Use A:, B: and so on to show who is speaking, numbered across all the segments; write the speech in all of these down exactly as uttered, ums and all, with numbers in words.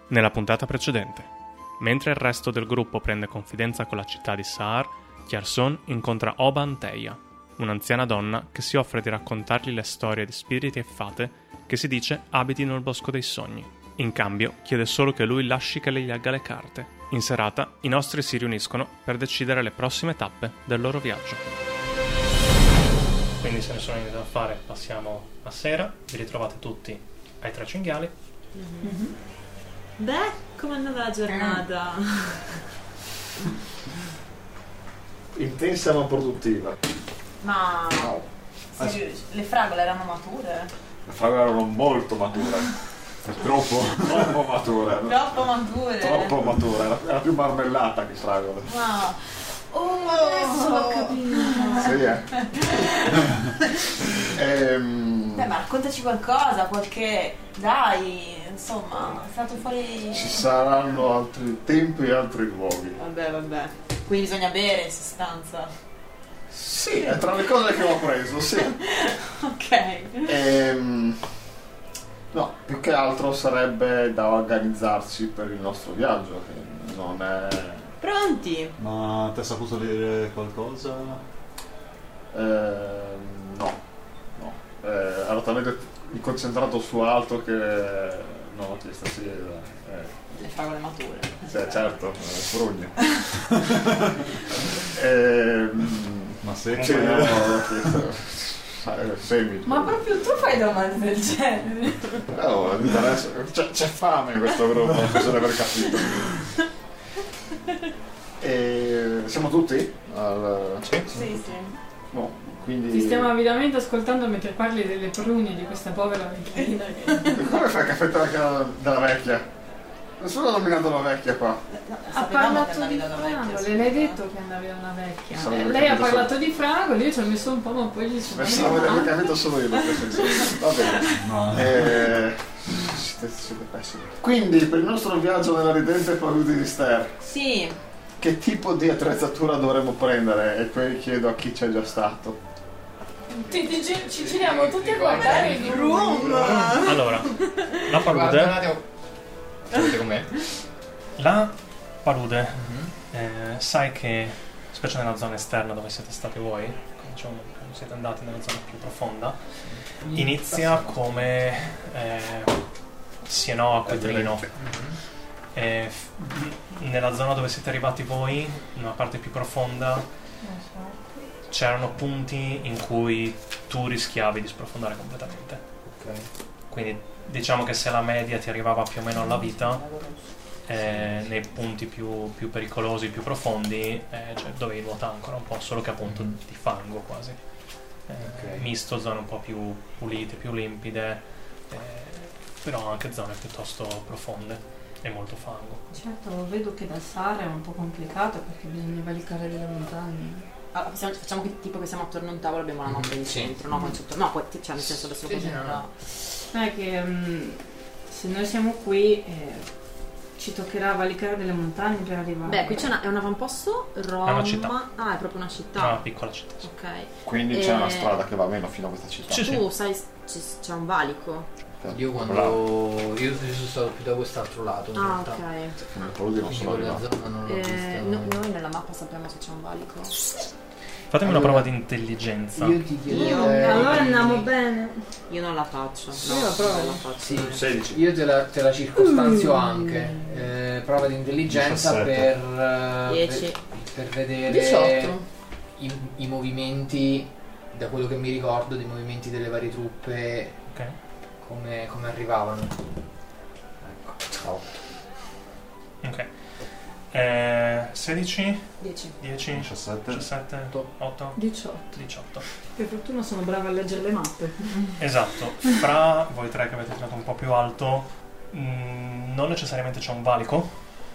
A: Nella puntata precedente, mentre il resto del gruppo prende confidenza con la città di Saar, Kjarson incontra Oba Anteia, un'anziana donna che si offre di raccontargli le storie di spiriti e fate che si dice abitino il Bosco dei Sogni. In cambio, chiede solo che lui lasci che le legga le carte. In serata, i nostri si riuniscono per decidere le prossime tappe del loro viaggio. Quindi se nessuno ha niente da fare, passiamo a sera. Vi ritrovate tutti ai tre cinghiali.
B: Mm-hmm. Beh, com'è andata la giornata?
C: Intensa ma produttiva.
B: Ma
C: No.
B: se le fragole erano mature?
C: Le fragole erano molto mature. Troppo, troppo mature.
B: Troppo mature?
C: Troppo mature. Era, era più marmellata che fragole.
B: Wow. Oh, adesso l'ho capito.
C: Sì, eh. ehm...
B: Beh, ma raccontaci qualcosa, qualche... Dai, insomma, è stato fuori...
C: Ci saranno altri tempi e altri luoghi.
B: Vabbè, vabbè. Quindi bisogna bere, in sostanza.
C: Sì, è tra le cose che ho preso, sì.
B: Ok.
C: Ehm... No, più che altro sarebbe da organizzarci per il nostro viaggio, che non è...
B: Pronti?
D: Ma ti ha saputo dire qualcosa?
C: Ehm... No, no. Eh, ero talmente concentrato su altro che non ho chiesto sì, eh.
B: Le fragole mature.
C: Sì, certo, frugno. ehm...
D: Ma se
C: Sì, no, ho chiesto... Semi.
B: Ma proprio tu fai domande del genere?
C: Oh, adesso c'è, c'è fame in questo gruppo, non posso aver capito. E siamo tutti? Al...
B: Sì, sì.
C: No, quindi...
E: Ti stiamo avidamente ascoltando mentre parli delle prugne di questa povera vecchina.
C: Come fai a caffettare della, della vecchia? Nessuno ha nominato la vecchia qua.
E: Ha parlato di fragole, le hai detto che andavi da una vecchia.
C: Stavo
E: Eh,
C: vedendo
E: lei ha
C: solo-
E: parlato di fragole, io ci ho messo un po', ma poi gli sono
C: Stavo vedendo che capito solo io perché senso. Va bene.
D: No.
C: Eh, siete, siete pessimi. Quindi per il nostro viaggio nella ridente palude di Ster,
B: Sì.
C: che tipo di attrezzatura dovremmo prendere? E poi chiedo a chi c'è già stato.
E: Ci, ci, ci, ci giriamo tutti a guardare il
B: Room.
A: Allora, la
F: Guarda un
A: palude,
F: attimo. Sapete com'è?
A: la palude eh, sai che, specie nella zona esterna dove siete stati voi, diciamo, quando siete andati nella zona più profonda, inizia come eh, Sieno acquetrino. E f- nella zona dove siete arrivati voi, nella parte più profonda, c'erano punti in cui tu rischiavi di sprofondare completamente.
F: Ok.
A: Quindi diciamo che se la media ti arrivava più o meno alla vita, eh, nei punti più, più pericolosi, più profondi, eh, cioè dovevi nuotare ancora un po', solo che appunto di fango quasi. Eh,
F: Ok.
A: Misto, zone un po' più pulite, più limpide, eh, però anche zone piuttosto profonde e molto fango.
E: Certo, vedo che da Sara è un po' complicato perché bisogna valicare delle montagne.
B: Allora, facciamo, facciamo che tipo che siamo attorno a un tavolo e abbiamo la mappa in
F: Sì.
B: centro, no? Con sotto- no, poi cioè, nel senso adesso lo
F: Sì, sì,
B: facciamo
F: no, no.
E: Non è che mm, se noi siamo qui eh, ci toccherà valicare delle montagne per arrivare.
B: Beh, qui c'è una, è un avamposto, Roma.
A: È una città.
B: Ah, è proprio una città.
A: Una piccola città. sì.
B: Ok.
C: Quindi
B: Eh,
C: c'è una strada che va meno fino a questa città.
A: Sì,
B: Tu sai, c- c'è un valico.
F: Io quando
C: Bravo.
F: io sono stato più da quest'altro lato in
B: Ah,
F: realtà.
B: ok.
C: Come paludi non
F: Quindi
C: sono
F: quella
C: arrivato.
F: zona non l'ho
B: Eh,
F: vista.
B: no- noi nella mappa sappiamo se c'è un valico.
A: Fatemi una
F: Allora,
A: prova di intelligenza.
F: Io ti chiederei
B: Io-
E: allora andiamo bene.
B: Io non la faccio.
E: Io
B: No,
E: la provo.
B: non la faccio.
F: Sì,
C: sedici.
F: io te la, te la circostanzio anche. Eh, prova di intelligenza
C: diciassette.
F: per, eh,
B: dieci.
F: per, per vedere
B: diciotto.
F: i, i movimenti, da quello che mi ricordo, dei movimenti delle varie truppe,
A: Ok.
F: come, come arrivavano. Ecco.
A: Ok. Eh, sedici,
B: dieci.
A: dieci,
C: diciassette.
A: diciassette, otto,
E: diciotto.
A: diciotto.
E: Per fortuna sono brava a leggere le mappe.
A: Esatto. Fra voi tre che avete tirato un po' più alto, mh, non necessariamente c'è un valico,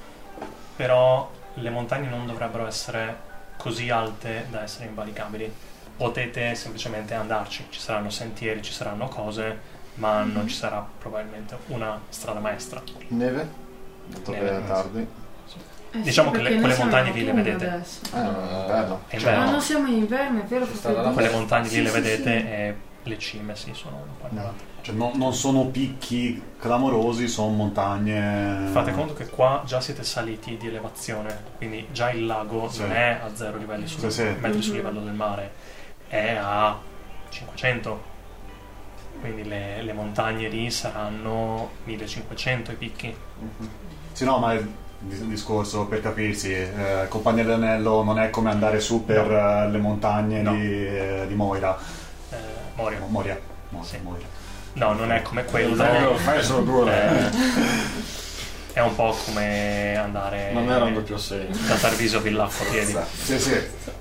A: però le montagne non dovrebbero essere così alte da essere invalicabili. Potete semplicemente andarci, ci saranno sentieri, ci saranno cose, ma non ci sarà probabilmente una strada maestra.
C: Neve? Molto
A: Neve.
C: bene tardi.
E: Eh sì,
A: Diciamo che le-
E: perché
A: quelle
E: noi siamo
A: montagne
E: in
A: lì le
E: autunno
A: vedete.
E: adesso.
C: Ah, inverno.
A: È
E: Ma
A: inverno.
E: non siamo in inverno, è vero?
F: C'è
E: fa
F: stata la-
E: freddissimo.
A: Quelle montagne lì
E: Sì,
A: le
E: sì,
A: vedete
E: sì.
A: e le cime sì sono un po' elevate.
D: Cioè, no, non sono picchi clamorosi, sono montagne.
A: Fate conto che qua già siete saliti di elevazione, quindi già il lago
D: Sì.
A: non è a zero livelli sul,
D: Sì, sì.
A: metri sul
E: Mhm.
A: livello del mare, è a cinquecento, quindi le, le montagne lì saranno millecinquecento i picchi.
D: Sì, no, ma il dis- discorso per capirsi, eh, Compagnia dell'Anello non è come andare su per
A: No.
D: eh, le montagne
A: No.
D: di, eh, di Moira.
A: Eh, Moria.
D: Mo- Moria. Mo-
A: Sì.
D: Moira.
A: No, non è come quello.
C: Bello, fai solo due
A: Eh,
C: eh.
A: È un po' come andare
C: Non era un doppio segno.
A: da Tarvisio a Villacqua a piedi.
D: Sì, sì.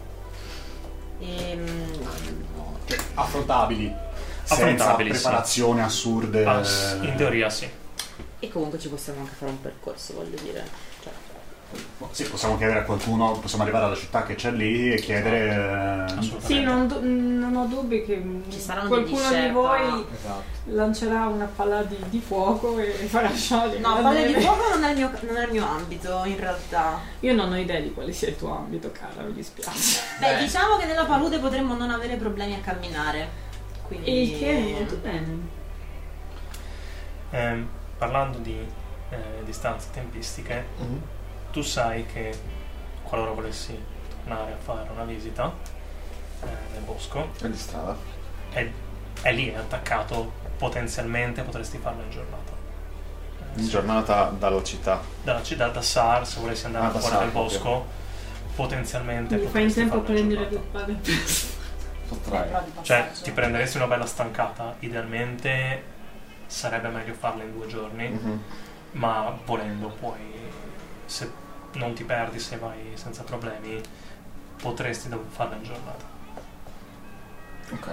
E: Ehm,
D: Cioè, affrontabili. Senza
A: Affrontabili, sì.
D: preparazioni assurde.
A: Ah, s- in teoria sì.
E: e comunque ci possiamo anche fare un percorso, voglio dire. Cioè,
D: Sì, possiamo chiedere a qualcuno, possiamo arrivare alla città che c'è lì e chiedere. eh,
A: Assolutamente.
E: sì, non, du- non ho dubbi che
B: Ci saranno
E: qualcuno
B: degli
E: di
B: Sherpa.
E: voi
C: Esatto.
E: lancerà una palla di, di fuoco e farà sciogliere
B: No,
E: la
B: palle di
E: neve.
B: fuoco non è, il mio, non è il mio ambito, in realtà.
E: Io non ho idea di quale sia il tuo ambito, cara, mi dispiace.
B: Beh,
F: Beh.
B: diciamo che nella palude potremmo non avere problemi a camminare. Quindi...
E: E il che è molto bene.
A: Ehm, parlando di eh, distanze tempistiche,
C: Mhm.
A: tu sai che qualora volessi tornare a fare una visita eh, nel bosco,
C: È di strada.
A: è, è lì, è attaccato, potenzialmente potresti farlo in giornata. Eh,
C: In
A: sì.
C: giornata dalla città.
A: Dalla città da Sar, se volessi andare
C: Ah,
A: a
C: da
A: fuori
C: Sar,
A: del
C: proprio.
A: bosco, potenzialmente
E: Mi fai in
A: potresti
E: tempo a
A: farlo in
E: prendere
A: giornata.
E: due spalle.
C: Potrai.
B: Però di
A: Cioè,
B: passaggio.
A: ti prenderesti una bella stancata, idealmente sarebbe meglio farla in due giorni,
C: Mhm.
A: ma volendo puoi, se non ti perdi, se vai senza problemi, potresti dov- farla in giornata.
C: Ok.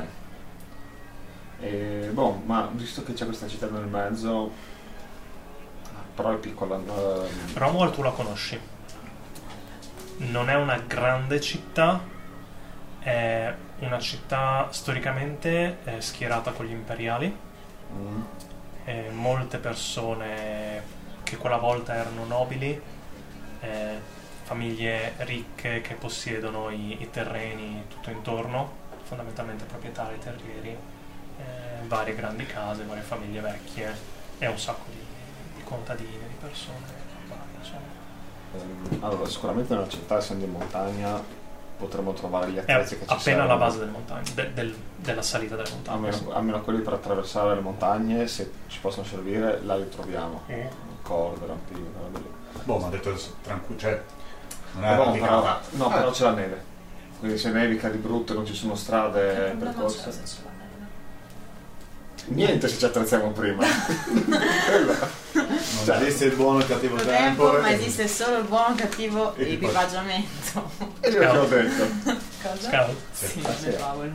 C: E, boh, ma visto che c'è questa città nel mezzo, però è piccola. eh,
A: Romwall tu la conosci, non è una grande città, è una città storicamente eh, schierata con gli imperiali,
C: mm,
A: e molte persone che quella volta erano nobili, eh, famiglie ricche che possiedono i, i terreni tutto intorno, fondamentalmente proprietari terrieri, eh, varie grandi case, varie famiglie vecchie e un sacco di, di contadine, di persone varie, insomma.
C: ehm, allora, sicuramente nella città, essendo in montagna, potremmo trovare gli
A: È
C: attrezzi che ci
A: appena alla
C: servono.
A: base delle montagne, de- del- della salita delle montagne.
C: Almeno,
A: sì.
C: almeno quelli per attraversare le montagne, se ci possono servire, là li troviamo.
A: Mm.
C: Corde, rampini, robe lì.
D: Boh, ma ha detto tranquillo, cioè. Non è
C: Eh, boh,
D: arrampicata.
C: però, no,
D: Eh.
C: però c'è la neve. Quindi se nevica di brutto e non ci sono
B: Che
C: strade
B: problema c'è
C: percorse.
B: se c'è la neve?
C: Niente se ci attrezziamo prima. Quello.
D: Non
C: Cioè,
D: esiste il buono e il cattivo
B: Il
D: tempo.
B: tempo, ma
D: e-
B: esiste solo il buono, il cattivo e
D: Equipaggio.
B: l'equipaggiamento.
C: E io che ho detto.
B: Cosa?
A: Scout?
B: Sì,
C: Ah, sì.
B: le favole.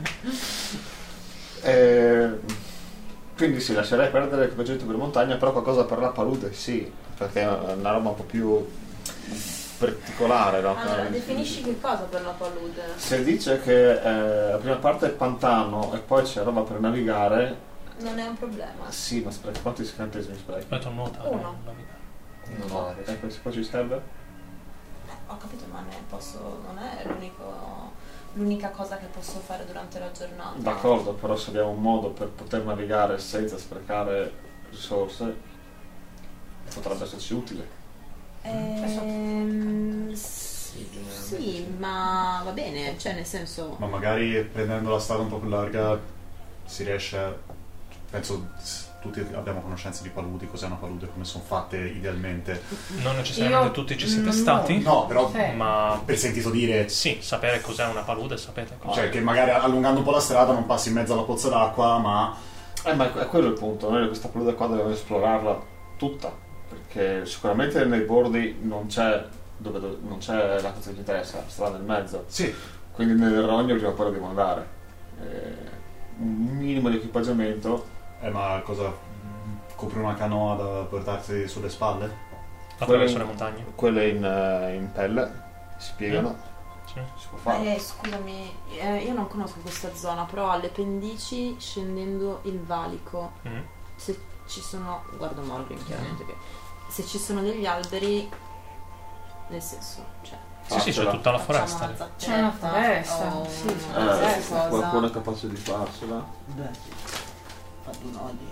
C: Eh, quindi sì, lascerei perdere l'equipaggiamento per montagna, però qualcosa per la palude sì, perché è una roba un po' più particolare. No?
B: Allora, definisci che cosa per la palude?
C: Se dice che eh, la prima parte è pantano e poi c'è roba per navigare,
B: Non è un problema.
C: sì, ma sprechi quanti incantesimi sprechi?
A: Ho detto nuotare.
B: Uno.
A: non navigare.
C: Non ho. E poi poi ci serve?
B: Ho capito, ma ne posso, non è l'unico, l'unica cosa che posso fare durante la giornata.
C: D'accordo, però se abbiamo un modo per poter navigare senza sprecare risorse, potrebbe esserci utile.
B: Ehm, sì, ma va bene, cioè nel senso...
D: Ma magari prendendo la strada un po' più larga si riesce a... Penso s- tutti abbiamo conoscenza di paludi, cos'è una palude, come sono fatte idealmente.
A: Non necessariamente
E: Io-
A: tutti ci siete
E: no.
A: stati,
D: No, però
E: Sì.
A: ma
D: per sentito dire...
A: sì, sapere cos'è una palude, sapete cosa.
D: Cioè che magari allungando un po' la strada non passi in mezzo alla pozza d'acqua, ma...
C: Eh, ma è è quello il punto, noi questa palude qua dobbiamo esplorarla tutta, perché sicuramente nei bordi non c'è dove, dove- non c'è la cosa che ci interessa, la strada nel mezzo,
D: Sì,
C: quindi nel rogno prima o poi dobbiamo andare. Eh, un minimo di equipaggiamento,
D: eh, ma cosa... Compri una canoa da portarti sulle spalle?
A: Attraverso le montagne.
C: quelle in, eh, in pelle si piegano,
A: Sì.
C: si può fare.
B: Eh, scusami, eh, io non conosco questa zona, però alle pendici, scendendo il valico,
A: Mm.
B: se ci sono... Guardo Morgan chiaramente che... Se ci sono degli alberi, nel senso, cioè...
A: Sì, sì, c'è
C: Farcela.
A: tutta la
B: Facciamo
A: foresta.
B: una
A: lì.
B: zattetta
E: C'è una foresta,
B: o
E: sì, c'è
C: Eh,
E: una
B: qualsiasi
E: foresta.
B: cosa.
C: qualcuno è capace di farsela.
G: Beh, sì. Fa due nodi.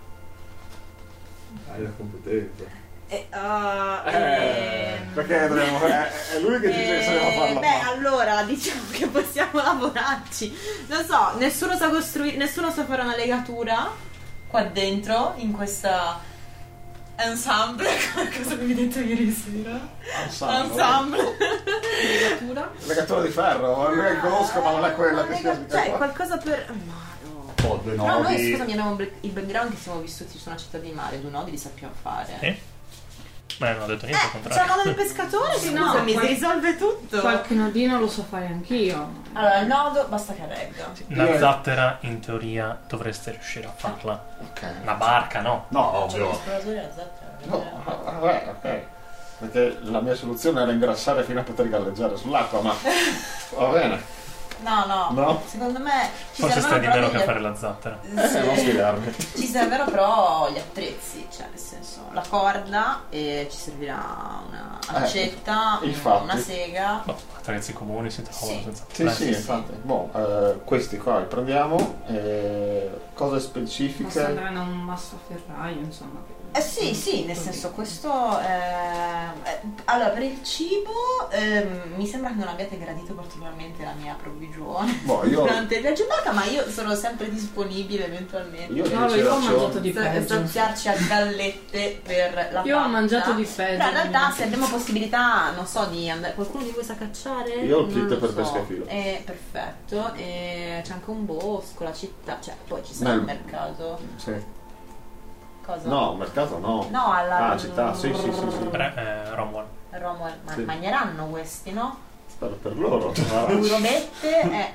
C: Hai la competenza.
B: Eh, ah,
C: Eh,
B: ehm,
C: perché dobbiamo, è, è lui che ci dice che se dobbiamo farla.
B: beh, allora diciamo che possiamo lavorarci. Non so, nessuno sa costruire, nessuno sa fare una legatura qua dentro in questa ensemble. Cosa mi hai detto ieri sera?
C: Ensemble.
B: Ensemble. Legatura.
C: Legatore di ferro, io la conosco ma non è quella che si
B: Lega-
C: chiama.
B: Cioè, qualcosa per. Ma no.
D: Un po' due
B: Però noi,
D: nodi.
B: scusami, abbiamo il background che siamo vissuti su una città di mare, due nodi li sappiamo fare.
A: Sì? Ma non ho detto niente, al
B: Eh, c'è
A: contrario.
B: il nodo del pescatore,
E: Sì, no,
B: scusami,
E: qual-
B: si risolve tutto.
E: Qualche nodino lo so fare anch'io.
B: Allora, il nodo basta che regga.
A: Una zattera, in teoria, dovreste riuscire a farla.
C: Ok.
A: Una barca, no?
D: No,
B: Cioè,
D: ovvio.
B: l'esploratore e la zattera.
C: No, ah, vabbè, ok. Perché la mia soluzione era ingrassare fino a poter galleggiare sull'acqua, ma va bene.
B: No, no,
C: No?
B: secondo me ci
A: Forse stai di
B: servono
A: meno
B: però
A: che a fare
B: degli
A: la zattera.
C: Eh, non
B: Sì.
C: sfidarmi.
B: Ci servono però gli attrezzi, cioè nel senso la corda e ci servirà una accetta,
C: Eh, infatti.
B: una sega.
A: Boh, attrezzi comuni si trovano
B: Sì.
A: senza
C: Sì,
A: problemi.
C: sì,
B: sì,
C: infatti. Boh, eh, questi qua li prendiamo. Eh, cose
E: Posso
C: specifiche.
E: andare da un masso a ferraio, insomma. che-
B: Eh sì, sì, nel senso questo eh, eh, allora per il cibo ehm, mi sembra che non abbiate gradito particolarmente la mia provvigione
C: Boh, io,
B: durante il viaggio in barca, ma io sono sempre disponibile eventualmente.
C: io
E: No, io ho mangiato di
B: Sa-
E: peggio.
B: saziarci a gallette per la
E: Io ho
B: pasta.
E: mangiato di peggio.
B: Però in realtà se abbiamo possibilità, non so, di andare. Qualcuno di voi sa cacciare?
C: Io ho il
B: Non
C: kit
B: lo
C: per
B: so.
C: pesca e filo.
B: Eh, perfetto. E c'è anche un bosco, la città. Cioè, poi ci sarà
C: Nel-
B: un mercato.
C: sì.
B: Cosa?
C: No, mercato no.
B: No, alla
C: Ah, città, sì, sì, sì, sì.
A: Re, eh, Romwell.
B: Romuald, ma
C: Sì.
B: mangeranno questi, no?
C: Spero per loro.
B: Due robette, eh.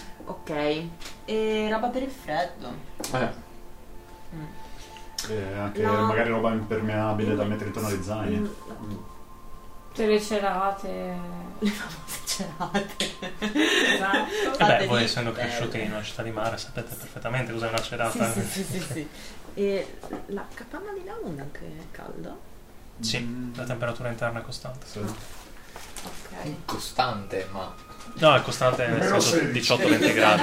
B: Ok. E roba per il freddo.
C: Eh,
B: Mm.
D: E anche
B: No.
D: magari roba impermeabile da mettere intorno agli zaini.
B: Mm,
E: Tutte le cerate.
B: Le famose cerate.
E: Esatto.
A: E
B: Fate
A: beh, voi
B: lì.
A: essendo cresciuti in una città di mare sapete perfettamente cos'è una cerata.
B: Sì, sì, sì, sì, sì. E la capanna di launa anche è calda?
A: Sì, la temperatura interna è costante.
D: Sì.
B: Ok.
F: Costante, ma
A: No, è costante nel
D: Meno
A: senso
D: sedici.
A: diciotto venti gradi.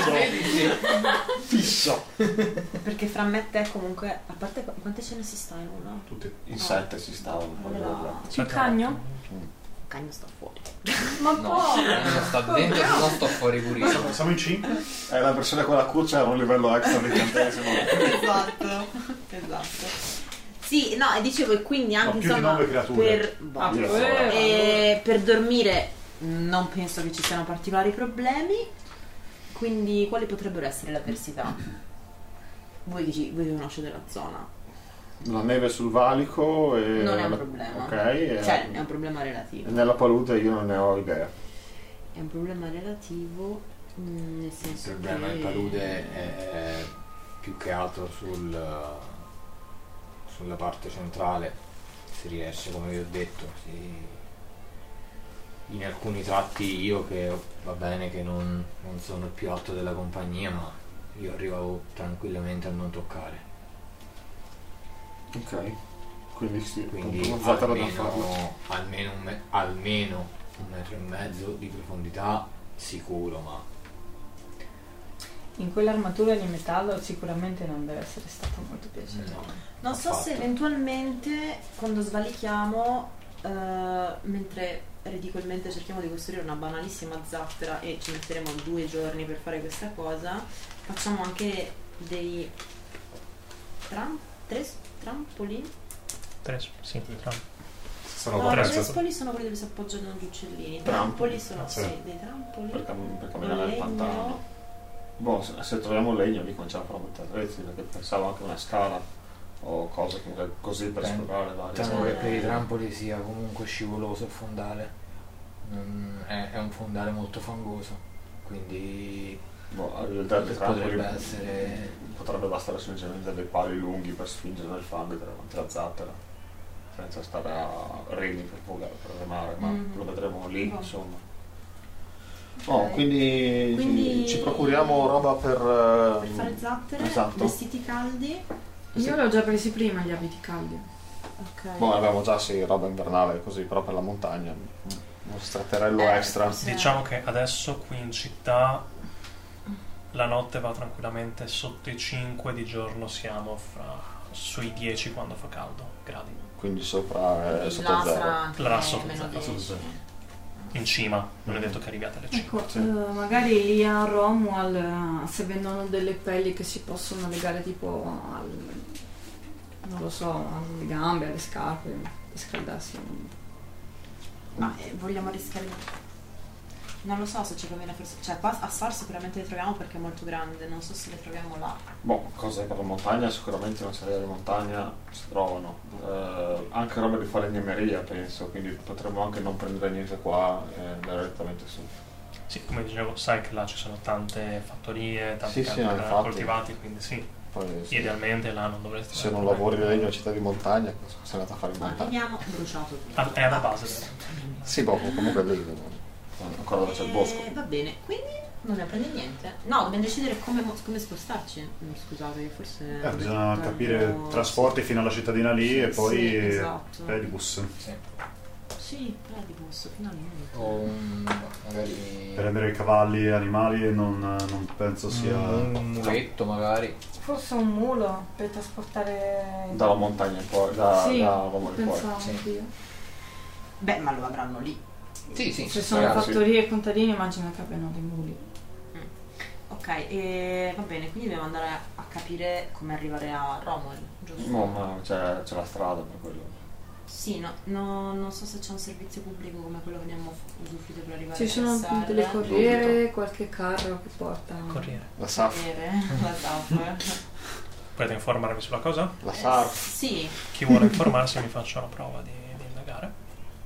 C: fisso.
B: Perché fra me e te comunque, a parte qu- quante ce ne si sta in una?
D: Tutti.
C: In sette si stavano.
B: Allora,
E: Il cagno?
B: il cagno sta fuori.
E: Ma
F: no,
E: poi.
F: non sto dentro, non sto fuori pure io.
D: Siamo, siamo in cinque?
C: Eh, la versione con la cuccia era un livello extra di incantesimo.
B: Esatto, esatto. Sì, no, e dicevo, e quindi anche
D: No, più di
B: insomma
D: nove creature.
B: per,
E: Ah,
C: Io so.
E: quello.
B: e per dormire non penso che ci siano particolari problemi. Quindi quali potrebbero essere le avversità? Voi che ci- voi che conoscete la zona.
C: La neve sul valico e...
B: Non è un problema.
C: Ok. E...
B: Cioè, è un problema relativo.
C: e nella palude io non ne ho idea.
B: È un problema relativo, mm, nel
F: Il
B: senso
F: problema
B: che
F: in palude è più che altro sul, sulla parte centrale. Si riesce, come vi ho detto, si- in alcuni tratti io che va bene che non, non sono il più alto della compagnia, ma io arrivavo tranquillamente a non toccare.
C: Ok. Quindi sì,
F: Quindi
C: appunto, una zattera da farlo.
F: almeno, almeno, un me- almeno un metro e mezzo di profondità sicuro, ma
E: In quell'armatura di metallo sicuramente non deve essere stato molto piacevole.
F: no.
B: non so se
F: affatto.
B: eventualmente quando svalichiamo, eh, mentre ridicolmente cerchiamo di costruire una banalissima zattera e ci metteremo due giorni per fare questa cosa, facciamo anche dei tram, tre trampoli.
A: Tre, sì, tra-
D: Sono
B: No,
D: no,
B: i
A: tre.
B: trampoli sono quelli dove si appoggiano gli uccellini. I
C: Trampoli,
B: trampoli sono
D: sì.
B: sì, dei trampoli.
C: Per, cam- per
B: con
C: camminare nel
B: legno.
C: pantano. Boh, se, se troviamo legno lì cominciamo a fare molti attrezzi, perché pensavo anche una scala o cose comunque così per
F: Ten-
C: esplorare varie
F: Temo
C: zone.
F: che per i trampoli sia comunque scivoloso il fondale. Mm, è, è un fondale molto fangoso, quindi
C: Boh, al del dei trampoli
F: potrebbe essere
C: potrebbe bastare semplicemente dei pali lunghi per spingere nel fango e tirare avanti la zattera, senza stare a remi per, pugare, per remare, ma
B: Mhm.
C: lo vedremo lì,
B: Boh.
C: insomma.
B: Ok.
C: Oh, quindi,
B: Quindi-
C: ci procuriamo roba per,
B: Per
C: ehm,
B: fare zattere,
C: esatto.
B: vestiti caldi.
E: Io li ho già presi prima gli abiti caldi.
B: Ok.
C: Boh, avevamo già sì, roba invernale così, però per la montagna. mm, uno stratterello
B: Eh,
C: extra.
B: sì.
A: Diciamo che adesso qui in città la notte va tranquillamente sotto i cinque, di giorno siamo fra sui dieci quando fa caldo gradi.
C: Quindi sopra è sotto
B: Là
C: zero.
B: sarà anche
A: Là sotto
B: meno
A: zero.
B: dieci.
D: Sotto
A: In cima, non è detto che arriviate alle cinque.
E: Ecco,
C: Sì.
E: eh, magari lì a Romuald, eh, se vendono delle pelli che si possono legare tipo al, non lo so, alle gambe, alle scarpe, per scaldarsi.
B: Ma eh, vogliamo rischiare? Non lo so se ci conviene forse. Cioè qua a Sar sicuramente le troviamo perché è molto grande, non so se le troviamo là.
C: Boh, cose per la montagna, sicuramente una serie di montagna si trovano. Eh, anche roba di falegnameria penso, quindi potremmo anche non prendere niente qua e andare direttamente su.
A: Sì, come dicevo, sai che là ci sono tante fattorie, tanti
C: Sì, sì,
A: campi
C: no, infatti.
A: coltivati, quindi sì,
C: Poi, sì,
A: idealmente là non dovresti
C: se
A: avere
C: non
A: problemi.
C: lavori legno in città di montagna, cosa sei andato a fare in
B: Ma
C: montagna?
B: abbiamo bruciato tutto.
A: Ah, è alla base, vero?
C: Sì, boh, comunque lì ancora dove c'è il bosco.
B: Eh, va bene, quindi non ne prendi niente. No, dobbiamo decidere come, mo- come spostarci. Mm, Scusate, forse.
D: Eh, bisogna
B: Tanto-
D: capire trasporti fino alla cittadina lì e poi
B: Sì, esatto.
D: pedibus.
F: Sì.
B: Sì, pedibus, finalmente.
F: O un- magari
D: Prendere i cavalli e animali non, non penso sia...
F: un muletto magari.
E: Forse un mulo per trasportare...
C: Dalla montagna in poi, da,
E: Sì,
C: da Romolo in poi.
E: pensavo
F: Sì.
E: anch'io.
B: Beh, ma lo avranno lì.
F: Sì, sì.
E: Se sono
C: ragazzi.
E: fattorie e contadini immagino che abbiano dei muli.
B: Ok, e va bene, quindi dobbiamo andare a capire come arrivare a Romol, giusto?
C: No, ma c'è, c'è la strada per quello.
B: Sì, no, no, non so se c'è un servizio pubblico come quello che abbiamo f- usufruito per arrivare
E: Ci
B: a
E: sono
B: Cassel.
E: delle corriere, qualche carro che porta...
A: Corriere.
C: La S A F.
B: Corriere, la S A F.
A: Potete informarvi sulla cosa?
C: La S A F.
B: Sì,
A: Chi vuole informarsi mi faccio la prova di, di indagare.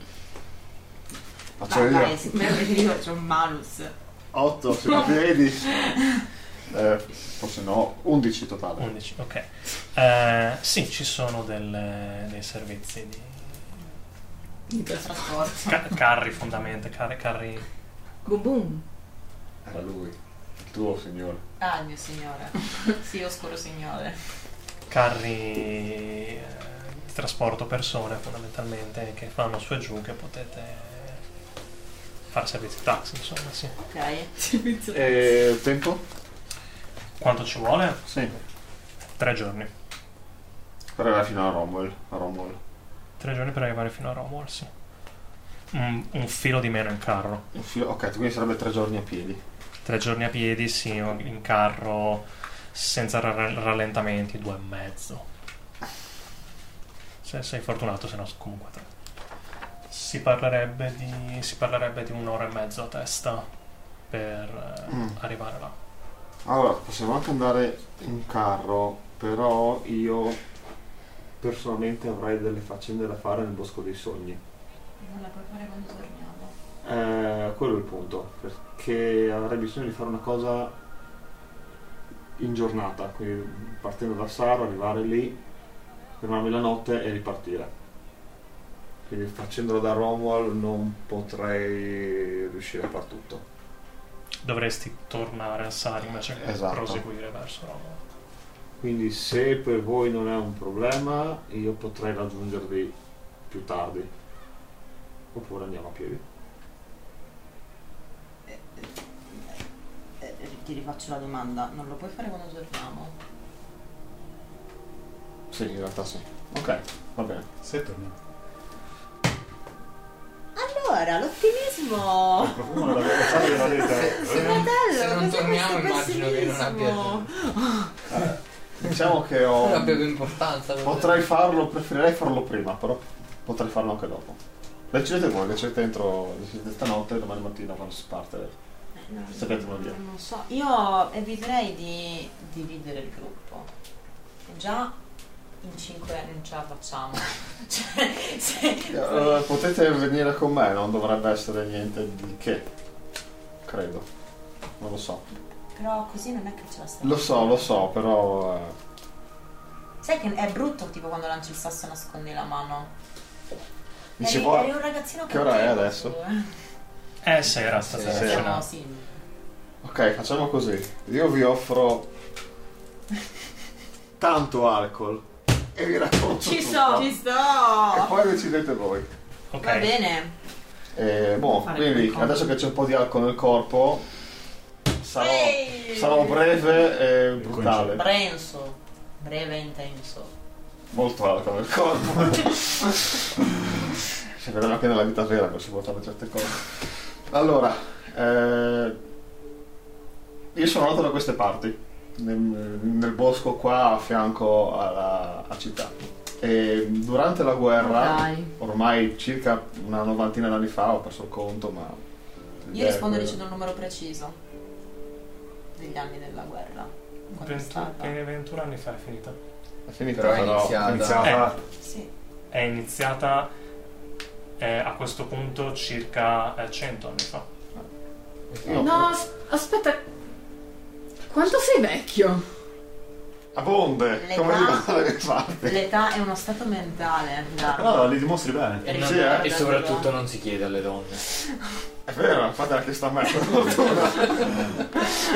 C: Faccio
B: ma dai,
C: io.
B: siccome io c'ho un malus.
C: otto, se la vedi. Eh, forse no, undici totale.
A: undici, ok. Eh, sì, ci sono delle- dei servizi di
B: Di trasporto.
A: ca- carri, fondamentalmente, carri, carri
E: Boom boom.
C: Era lui, il tuo signore.
B: Ah, il mio signore. Sì, oscuro signore.
A: carri eh, di trasporto persone fondamentalmente che fanno su e giù, che potete fare servizi taxi, insomma, sì.
B: Ok.
C: E il tempo?
A: Quanto ci vuole?
C: Sì.
A: Tre giorni.
C: Per arrivare fino a Romwell. A Romwell.
A: Tre giorni per arrivare fino a Romwell, sì. Un, un filo di meno in carro.
C: Un filo- ok, quindi sarebbe tre giorni a piedi.
A: Tre giorni a piedi, sì, in carro, senza ra- rallentamenti, due e mezzo. Se sei fortunato, se no comunque tre. Si parlerebbe di, si parlerebbe di un'ora e mezzo a testa per eh,
C: Mm.
A: arrivare là.
C: Allora, possiamo anche andare in carro, però io personalmente avrei delle faccende da fare nel Bosco dei Sogni.
B: Non la puoi fare quando torniamo.
C: Eh, quello è il punto, perché avrei bisogno di fare una cosa in giornata, quindi partendo da Saro, arrivare lì, fermarmi la notte e ripartire. Quindi facendolo da Romwell non potrei riuscire a far tutto.
A: Dovresti tornare a Sari invece che
C: Esatto.
A: proseguire verso Roma.
C: Quindi se per voi non è un problema, io potrei raggiungervi più tardi. Oppure andiamo a piedi.
B: Eh, eh, eh, ti rifaccio la domanda, non lo puoi fare quando torniamo?
C: Sì, in realtà sì. Ok, va bene.
D: Se torniamo.
B: Allora, l'ottimismo!
D: Il profumo della verità della
F: Se,
D: vita.
F: se non,
B: Fratello,
F: se non
B: cos'è
F: torniamo
B: questo
F: immagino che non abbia,
B: pessimismo?
C: Diciamo che
F: non
C: ho...
F: abbia più importanza.
C: Potrei farlo, preferirei farlo prima, però potrei farlo anche dopo. Decidete voi, decidete entro, decidete stanotte e domani mattina quando si parte.
B: Eh, no,
C: Sapete una via.
B: non lo so, io eviterei di dividere il gruppo. Già in cinque non ce la facciamo. Cioè, se...
C: Eh, potete venire con me, non dovrebbe essere niente di che. Credo. Non lo so.
B: Però così non è che ce la stiamo.
C: Lo so, lo so, però... eh,
B: Sai che è brutto tipo quando lanci il sasso e nascondi la mano.
C: dici,
B: eri,
C: boh,
B: eri un ragazzino
C: che ora è
B: cattivo,
C: adesso?
B: tu, eh.
A: È sera, stasera
F: Sì,
A: a
C: sì.
A: cena.
B: No, sì.
C: Ok, facciamo così. Io vi offro tanto alcol e vi racconto
B: Ci
C: tutto.
B: so, ci
C: E
B: sto.
C: poi decidete voi.
A: Ok.
B: Va bene.
C: E, boh,
E: Fare
C: quindi
E: quel
C: adesso che c'è un po' di alcol nel corpo sarò,
B: Ehi!
C: sarò breve e brutale.
B: Brenso, breve e intenso.
C: Molto alcol nel corpo. Si vede anche nella vita vera per supportare certe cose. Allora, eh, io sono nato da queste parti, nel, nel bosco qua a fianco alla a città. E durante la guerra,
E: Dai.
C: ormai circa una novantina d'anni fa, ho perso il conto, ma...
B: Io rispondo dicendo un numero preciso degli anni della guerra. Quando è stata?
A: ventuno anni fa è finita.
C: È finita,
F: Però è
C: però...
F: iniziata.
D: iniziata
B: Sì.
A: È iniziata eh, a questo punto circa eh, cento anni fa.
C: Io-
E: No, as- aspetta. Quanto sei vecchio?
C: Abbonde,
B: L'età-
C: come dicono dalle mie parti.
B: L'età è uno stato mentale, Gianni.
D: no, li dimostri bene.
B: E
C: Sì, eh.
F: E soprattutto non si chiede alle donne.
C: È vero, fate la chiesto a me, per fortuna.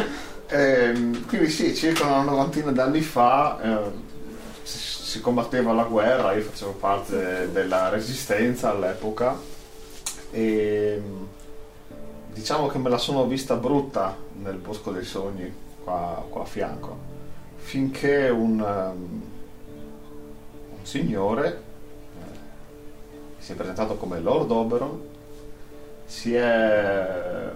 C: Ehm, quindi sì, circa una novantina d'anni fa eh, si, si combatteva la guerra, io facevo parte della resistenza all'epoca e diciamo che me la sono vista brutta nel Bosco dei Sogni, qua, qua a fianco, finché un, um, un signore eh, si è presentato come Lord Oberon, si è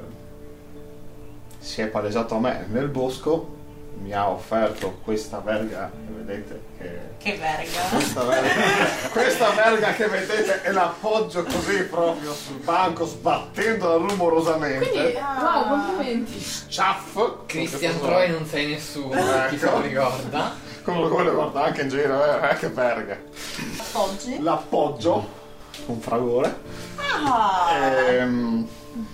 C: si è palesato a me nel bosco, mi ha offerto questa verga che vedete che
B: Che verga.
C: questa verga, questa verga che vedete e l'appoggio così proprio sul banco sbattendola rumorosamente.
E: Quindi,
B: Ah.
E: wow, complimenti.
C: Ciaff!
F: Christian
C: Come
F: Troy non sei nessuno, chi se lo ricorda?
C: come lo vuole guardare anche in giro, eh, che verga.
B: Oggi?
C: L'appoggio, un fragore.
B: Ah!
C: Ehm,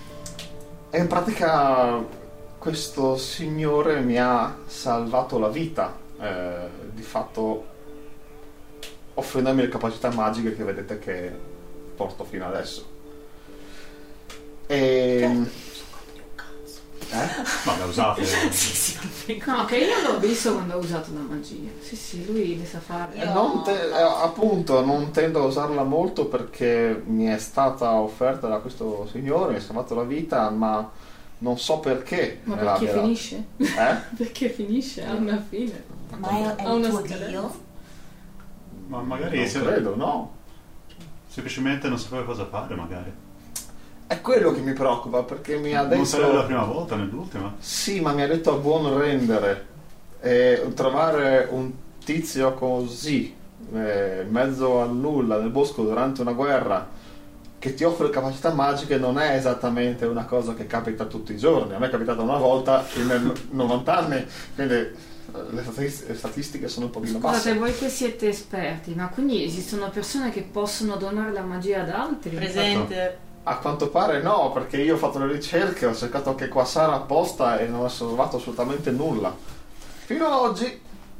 C: E in pratica questo signore mi ha salvato la vita, eh, di fatto offrendomi le capacità magiche che vedete che porto fino adesso. E... Eh?
D: Ma le usate.
B: Sì, sì,
E: No, che io l'ho visto quando ha usato la magia. Sì, sì, lui le sa fare.
B: Io-
C: Non te- eh, appunto non tendo a usarla molto perché mi è stata offerta da questo signore, mi ha salvato la vita, ma non so perché.
E: Ma
C: me
E: perché
C: l'abbia
E: finisce?
C: data. Eh?
E: Perché finisce? Ha una fine.
B: Ma è, è
E: Ha
B: il
E: una
B: tuo
E: scadenza.
B: dio?
D: Ma magari
C: Non
D: se-
C: credo, no.
D: semplicemente non sapeva cosa fare, magari.
C: È quello che mi preoccupa perché mi ha
D: Non sarebbe la
C: detto
D: prima volta, nell'ultima.
C: sì, ma mi ha detto a buon rendere e trovare un tizio così eh, in mezzo al nulla nel bosco durante una guerra che ti offre capacità magiche non è esattamente una cosa che capita tutti i giorni. A me è capitata una volta in novanta anni, quindi eh, le statis- le statistiche sono un pochino
E: Scusate,
C: basse.
E: voi che siete esperti, ma quindi esistono persone che possono donare la magia ad altri?
B: Presente.
C: A quanto pare no, perché io ho fatto le ricerche, ho cercato anche qua Sara apposta e non ho trovato assolutamente nulla. Fino ad oggi,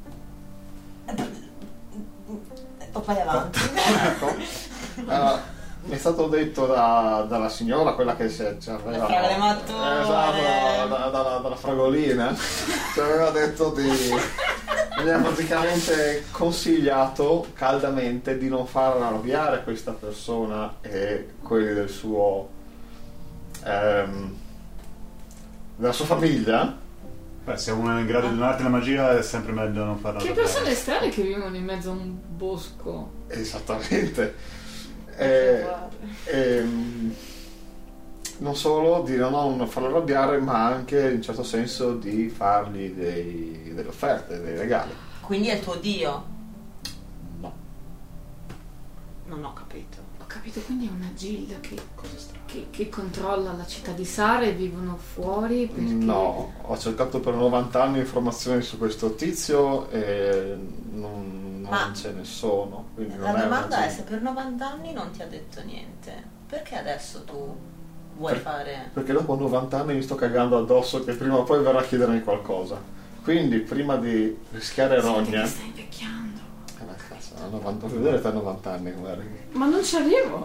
B: O vai avanti.
C: ecco, eh, mi è stato detto da- dalla signora, quella che si ci aveva...
B: La fragole mattone.
C: Esatto, da- da- da- dalla fragolina, ci aveva detto di... mi ha praticamente consigliato caldamente di non far arrabbiare questa persona e quelli del suo... ehm, della sua famiglia.
D: Beh, se uno è in grado di donarti la magia è sempre meglio non farla
E: Che
D: arrabbiare.
E: persone strane che vivono in mezzo a un bosco.
C: Esattamente. E, ehm, non solo di non farlo arrabbiare, ma anche in un certo senso di fargli dei- delle offerte, dei regali.
B: Quindi è il tuo dio?
C: No.
B: Non ho capito.
E: Ho capito, quindi è una gilda che,
D: Cose strane.
E: che, che controlla la città di Sara e vivono fuori perché...
C: No, ho cercato per novanta anni informazioni su questo tizio e non, non
B: Ma
C: ce ne sono. Quindi non
B: La
C: è
B: domanda
C: una
B: è se per novanta anni non ti ha detto niente, perché adesso tu vuoi
C: Per-
B: fare...
C: Perché dopo novanta anni mi sto cagando addosso che prima o poi verrà a chiedermi qualcosa. Quindi prima di rischiare
E: Senti
C: rogne...
E: che stai invecchiando.
C: Eh, ma cazzo, a novanta, vuoi vedere te a novanta anni come arrivi?
E: Ma non ci arrivo.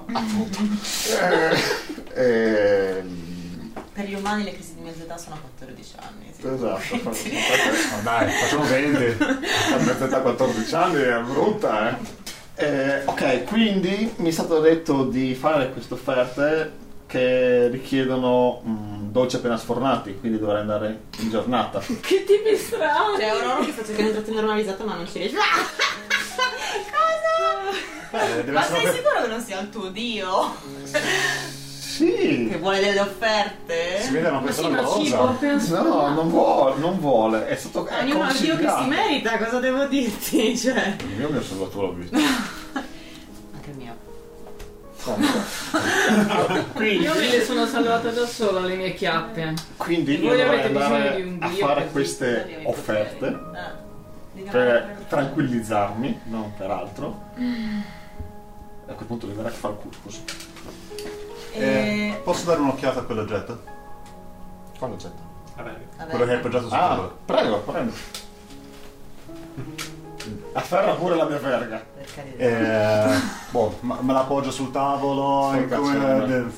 C: Eh, ehm,
B: Per gli umani le crisi di mezza età sono a quattordici anni. Sì.
C: esatto,
D: Ma dai, facciamo venti.
C: a mezz'età quattordici anni è brutta, eh. Eh, ok, quindi mi è stato detto di fare queste offerte che richiedono mh, dolci appena sfornati, quindi dovrei andare in giornata.
E: Che tipi strani!
B: C'è Aurora che sta cercando di trattenere una risata ma non ci riesce. Cosa?
D: Eh, deve
B: Ma
D: essere
B: sei
D: per-
B: sicuro che non sia il tuo dio?
C: Sì!
B: Che vuole delle offerte?
D: Si vede una
E: Ma sì,
D: persona
E: ma cibo
D: cosa.
E: appena
C: No,
E: sfornato.
C: non vuole, non vuole, è stato è
B: Ognuno ha il dio che si
C: consigliato.
B: merita, cosa devo dirti? Cioè.
C: Il mio mi ha salvato la vita.
B: Anche il mio.
C: Quindi,
E: Io me le sono salvate da sola le mie chiappe.
C: quindi
E: E
C: io
E: voi
C: dovrei
E: avete bisogno
C: andare
E: di un
C: a
E: dio
C: fare
E: così.
C: queste offerte
B: Ah, dica-
C: per tranquillizzarmi, non per altro. E a quel punto devi andare a fare il couscous.
D: Eh,
B: E...
D: posso dare un'occhiata a quell'oggetto?
C: Quale oggetto?
A: Vabbè,
B: Vabbè.
D: Quello che hai appoggiato sul
C: Ah,
D: tavolo.
C: prego, prego. Afferra pure la mia verga.
B: Per carità.
D: Eh, boh, ma- me la appoggio sul tavolo e come...
C: Forcazione.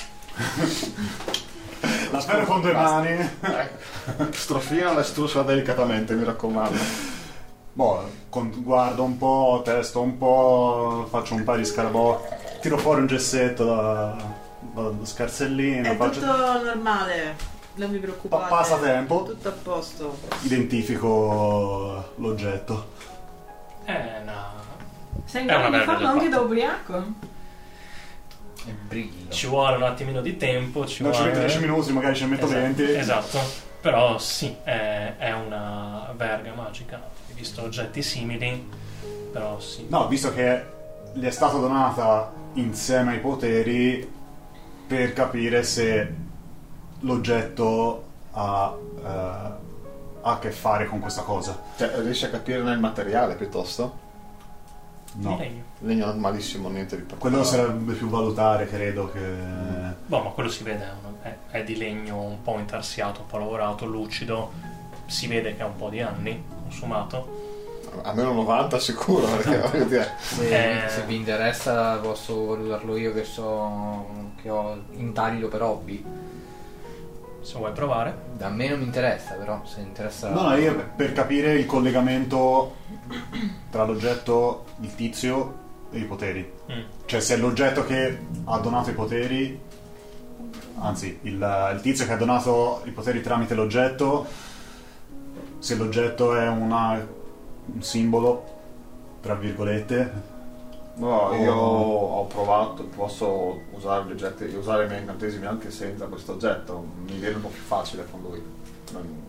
D: La sfera con due mani.
C: Ecco. Strofina la strussola delicatamente, mi raccomando.
D: Boh, con- guardo un po', testo un po', faccio un paio di scarabocchi, tiro fuori un gessetto da, da scarsellino,
B: È
D: faccio-
B: tutto normale, non vi preoccupate.
D: Pa- passa tempo.
B: Tutto a posto.
D: identifico l'oggetto.
A: è una...
E: Sei in
A: È una
E: grado di
A: verga
E: farlo
A: del
E: anche
A: fatto.
E: da ubriaco?
F: E brillo.
A: Ci vuole un attimino di tempo, ci
D: Non ci
A: vuole...
D: metto dieci minuti, magari ci ne metto
A: esatto,
D: venti.
A: Esatto, però sì, è, è una verga magica. Ho visto oggetti simili, però sì.
D: No, visto che gli è stata donata insieme ai poteri per capire se l'oggetto ha, eh, ha a che fare con questa cosa.
C: Cioè, riesci a capire nel materiale piuttosto?
A: Di
D: No,
A: legno.
C: Legno normalissimo, niente di
D: quello
C: particolare.
D: sarebbe più valutare, credo che...
A: Boh, ma quello si vede, è, una- è- è di legno un po' intarsiato, un po' lavorato, lucido. Si vede che ha un po' di anni consumato.
C: Almeno novanta sicuro, perché voglio dire.
F: Se,
A: Eh.
F: se vi interessa posso valutarlo io che so che ho intaglio per hobby.
A: Se vuoi provare.
F: Da me non mi interessa, però se interessa.
D: No, no, io per capire il collegamento tra l'oggetto, il tizio e i poteri.
A: Mm.
D: Cioè se è l'oggetto che ha donato i poteri, anzi il, il tizio che ha donato i poteri tramite l'oggetto, se l'oggetto è una, un simbolo, tra virgolette.
C: No, io
D: Oh.
C: ho provato, posso usare gli oggetti, usare i miei incantesimi anche senza questo oggetto. Mi viene un po' più facile con lui. Non-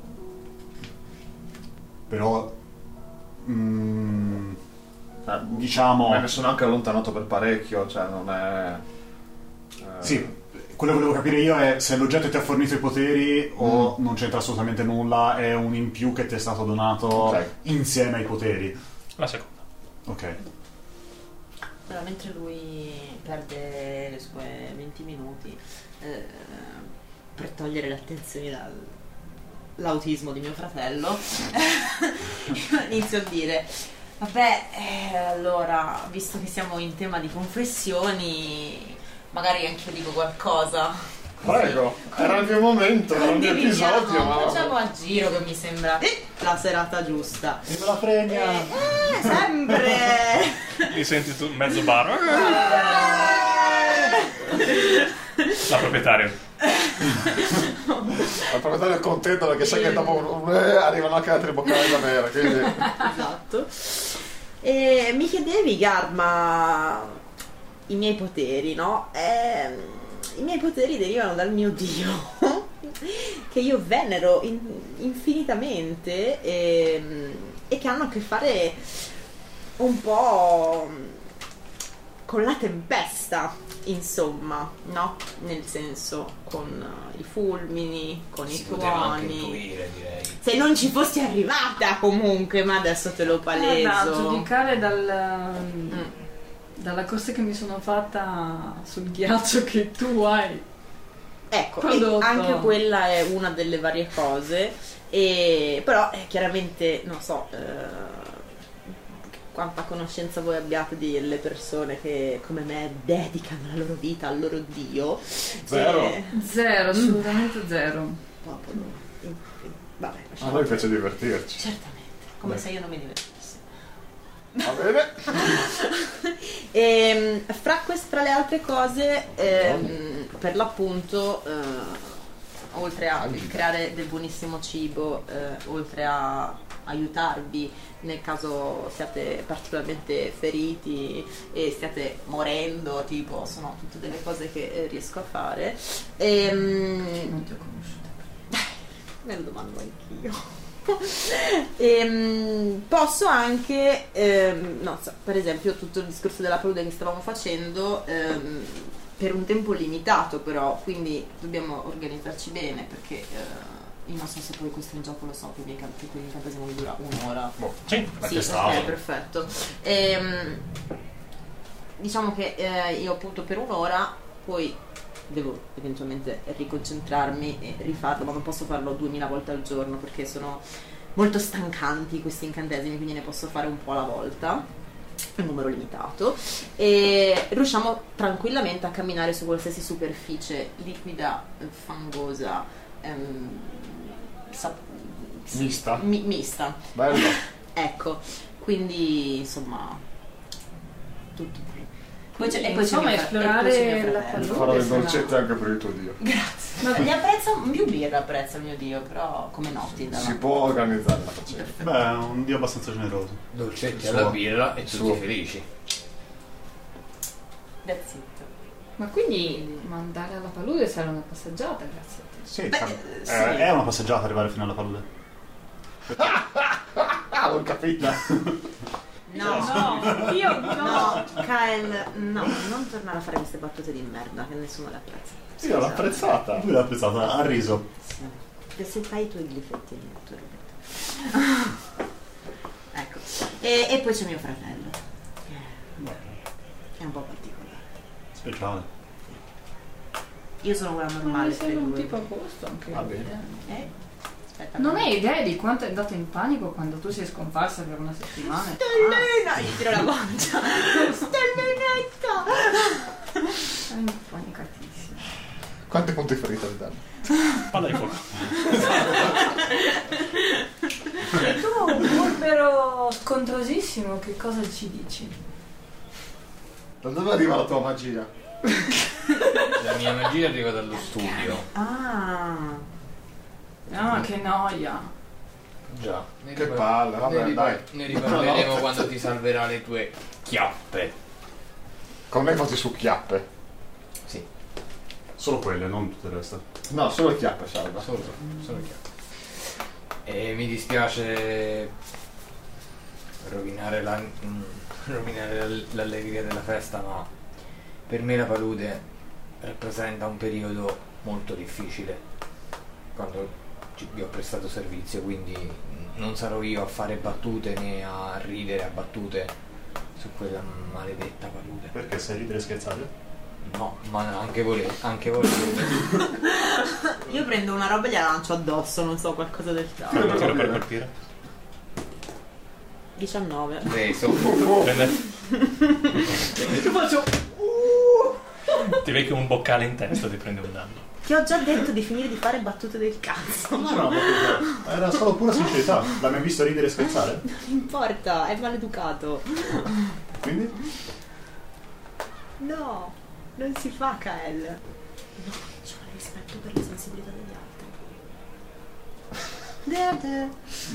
D: Però mm,
C: eh,
D: diciamo
C: Me ne sono anche allontanato per parecchio, cioè non è... eh,
D: sì, quello che volevo capire io è se l'oggetto ti ha fornito i poteri o non c'entra assolutamente nulla, è un in più che ti è stato donato
C: Ok.
D: insieme ai poteri.
A: La seconda.
D: Ok.
B: Allora, mentre lui perde le sue venti minuti eh, per togliere l'attenzione dall'autismo di mio fratello, inizio a dire: vabbè, eh, allora, visto che siamo in tema di confessioni, magari anche io dico qualcosa.
C: Prego, era il mio momento, era il mio
B: Condividiamo,
C: episodio, ma...
B: facciamo a giro che mi sembra la serata giusta.
D: E me la fregna!
B: Eh, sempre!
A: Mi senti tu mezzo bar? La proprietaria.
C: Il proprietario è contento perché sa che dopo un- un- eh, arrivano anche altri boccali da bere, quindi...
B: Esatto. E mi chiedevi, Garma, i miei poteri, no? Ehm, I miei poteri derivano dal mio dio, che io venero in- infinitamente e, e che hanno a che fare un po' con la tempesta, insomma, no? Nel senso, con i fulmini, con
F: si
B: i
F: poteva anche
B: tuoni.
F: intuire, direi.
B: Se non ci fossi arrivata comunque, ma adesso te lo
E: Guarda, a
B: paleso.
E: giudicare dal,
B: Mm.
E: dalla cosa che mi sono fatta sul ghiaccio che tu hai.
B: Ecco, e
E: Prodotto.
B: anche quella è una delle varie cose, e, però eh, chiaramente non so eh, quanta conoscenza voi abbiate delle persone che come me dedicano la loro vita al loro dio.
C: Zero.
B: E-
E: Zero, assolutamente zero.
B: popolo. Vabbè,
C: A
B: lasciamo-
C: noi piace divertirci.
B: certamente, come
C: Beh.
B: se io non mi divertissi.
C: Va bene?
B: E, fra, quest- fra le altre cose, ehm, per l'appunto, eh, oltre a creare del buonissimo cibo, eh, oltre a aiutarvi nel caso siate particolarmente feriti e stiate morendo, tipo, sono tutte delle cose che eh, riesco a fare. E,
E: Non ti ho conosciuta.
B: me lo domando anch'io. E, mh, posso anche, ehm, no, so, per esempio, tutto il discorso della palude che stavamo facendo, ehm, per un tempo limitato, però, quindi dobbiamo organizzarci bene, perché eh, io non so se poi questo in gioco lo so, che l'incantesimo mi dura un'ora.
D: Boh,
A: Sì,
B: Sì, ok, perfetto. Ehm, diciamo che eh, io appunto per un'ora, poi devo eventualmente riconcentrarmi e rifarlo, ma non posso farlo duemila volte al giorno perché sono molto stancanti questi incantesimi, quindi ne posso fare un po' alla volta, un numero limitato, e riusciamo tranquillamente a camminare su qualsiasi superficie liquida, fangosa, ehm, sap- sì,
C: Mista?
B: mi- mista.
C: Bello.
B: Ecco, quindi insomma tutto qui. Poi c'è,
E: Quindi,
B: e poi c'è
E: insomma,
B: mio fra-
E: esplorare
B: e poi c'è mio
E: la
B: fratello.
E: palude.
C: Farò dei
E: sarà-
C: dolcetti anche per il tuo dio.
B: Grazie.
E: Ma-
B: Gli apprezza più birra, apprezza il mio dio, però come noti da
C: Si può organizzare la faccenda.
D: Beh, è un dio abbastanza generoso.
F: Dolcetti
C: Suo.
F: alla birra e tutti
C: Suo.
F: felici.
B: That's it.
E: Ma quindi mandare alla palude sarà una passeggiata, grazie a te.
D: Sì,
B: Beh,
D: cioè,
B: sì.
D: eh, è una passeggiata arrivare fino alla palude.
C: Ah, l'ho capita.
B: No,
E: No, io
B: no, Kael, no, non tornare a fare queste battute di merda che nessuno le apprezza.
C: Sì, l'ho apprezzata.
D: Lui l'ha apprezzata, ha riso.
B: Sì. Che se fai i tuoi glifetti naturalmente. Ecco. E, e poi c'è mio fratello. È un po' particolare.
D: Speciale.
B: Io sono quella
E: Ma
B: normale
E: mi
B: tra i
E: sembra un
B: due.
E: tipo a posto anche.
C: Va bene.
B: Eh? Aspetta.
E: Non hai idea di quanto è andato in panico quando tu sei scomparsa per una settimana?
B: Stellina! Gli tiro la guancia. Stellinetta!
E: Sei impanicatissima.
C: Quanti punti ferita ti danno?
A: Palla di fuoco.
E: E tu, un burbero scontrosissimo, che cosa ci dici?
C: Da dove arriva la tua magia?
F: La mia magia arriva dallo studio.
B: Ah.
E: Ah, che noia.
F: Già. Ne
C: Che
F: ripar-
C: palle, vabbè,
F: ne ripar-
C: dai.
F: Ne riparleremo quando ti salverà le tue chiappe.
C: Con me fatti su chiappe.
F: Sì,
D: Solo quelle, non tutto il resto.
C: No, solo chiappe salva.
F: solo, solo chiappe. E mi dispiace rovinare, la, mm, rovinare l- l'allegria della festa, ma per me la palude rappresenta un periodo molto difficile quando ci, vi ho prestato servizio, quindi non sarò io a fare battute né a ridere a battute su quella maledetta palude.
D: Perché sai ridere e scherzare?
F: No, ma anche volete, anche volete.
B: Io prendo una roba e gliela lancio addosso, non so, qualcosa del
A: Fai
B: genere.
A: un tiro per colpire.
B: diciannove.
F: Preso.
A: Prende-
E: Io faccio...
A: Ti becchi un boccale in testa e ti prende un danno.
B: Ti ho già detto di finire di fare battute del cazzo.
D: No, no, ma era solo pura sincerità. L'hai mai visto ridere e scherzare?
B: Non importa, è maleducato.
D: Quindi?
B: No, non si fa, Kael. No, c'ho rispetto per le sensibilità degli altri.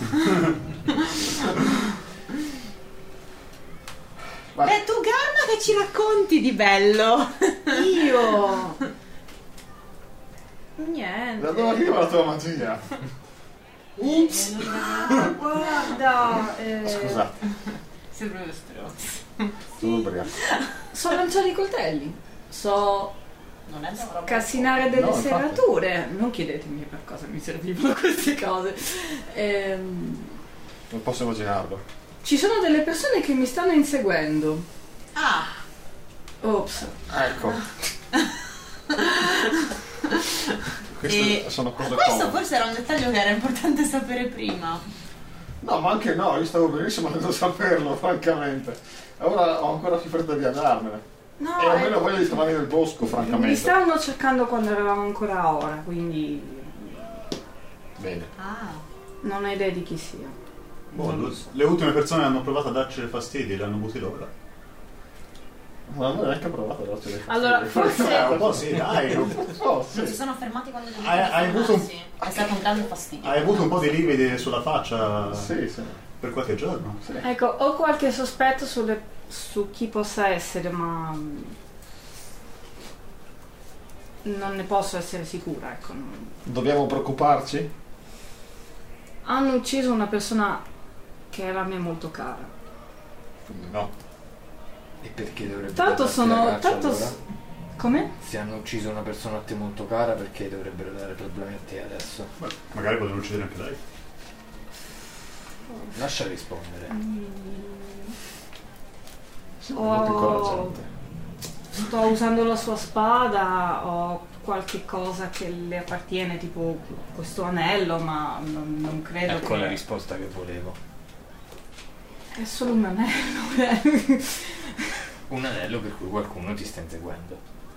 B: Beh, tu Garna che ci racconti di bello?
E: Io... Niente.
C: Da dove arriva la tua magia?
E: Ups. Guarda... eh,
C: Scusate,
B: Sei proprio stronzo.
C: sono ubriaco.
E: So lanciare i coltelli. So
B: Non è una roba.
E: cassinare delle
C: No, infatti.
E: serrature. Non chiedetemi per cosa mi servivano queste cose. Ehm,
C: Non posso immaginarlo.
E: ci sono delle persone che mi stanno inseguendo.
B: Ah,
E: Ops.
C: Ecco. Queste
B: e
C: sono cose
B: questo
C: comode.
B: forse era un dettaglio che era importante sapere prima.
C: No, ma anche no, io stavo benissimo senza saperlo, francamente. E ora ho ancora più fretta di andarmene.
E: No,
C: E ho
E: eh,
C: meno voglia di trovarmi nel bosco,
E: mi
C: francamente.
E: stavano cercando quando eravamo ancora a ora, quindi
C: Bene.
B: Ah.
E: non ho idea di chi sia.
D: Boh, lo- le ultime persone hanno provato a darci le fastidi e le hanno avuti loro.
C: Ma non ho neanche provato a darci le
E: Allora, forse-
D: Eh, un po' sì, dai.
C: Oh,
B: Non si
C: sì.
B: sono fermati quando dovevano
D: Hai- hai avuto un-
B: fermarsi. È stato un grande fastidio.
D: Hai avuto un po' di lividi sulla faccia
C: Sì, sì.
D: per qualche giorno.
C: Sì.
E: Ecco, ho qualche sospetto sulle- su chi possa essere, ma mm, non ne posso essere sicura, ecco. non-
C: Dobbiamo preoccuparci?
E: Hanno ucciso una persona che era a me molto cara.
C: No.
F: E perché dovrebbero
E: Tanto
F: darti
E: sono...
F: la caccia,
E: Tanto...
F: allora?
E: s- Come?
F: Se hanno ucciso una persona a te molto cara, perché dovrebbero dare problemi a te adesso?
D: Beh, magari potevano uccidere anche lei.
F: Lascia rispondere.
C: Siamo molto incoraggianti.
E: Sto usando la sua spada, ho qualche cosa che le appartiene, tipo questo anello, ma non, non credo
F: Ecco
E: che...
F: la risposta che volevo.
E: È solo un anello.
F: Un anello per cui qualcuno ti sta inseguendo.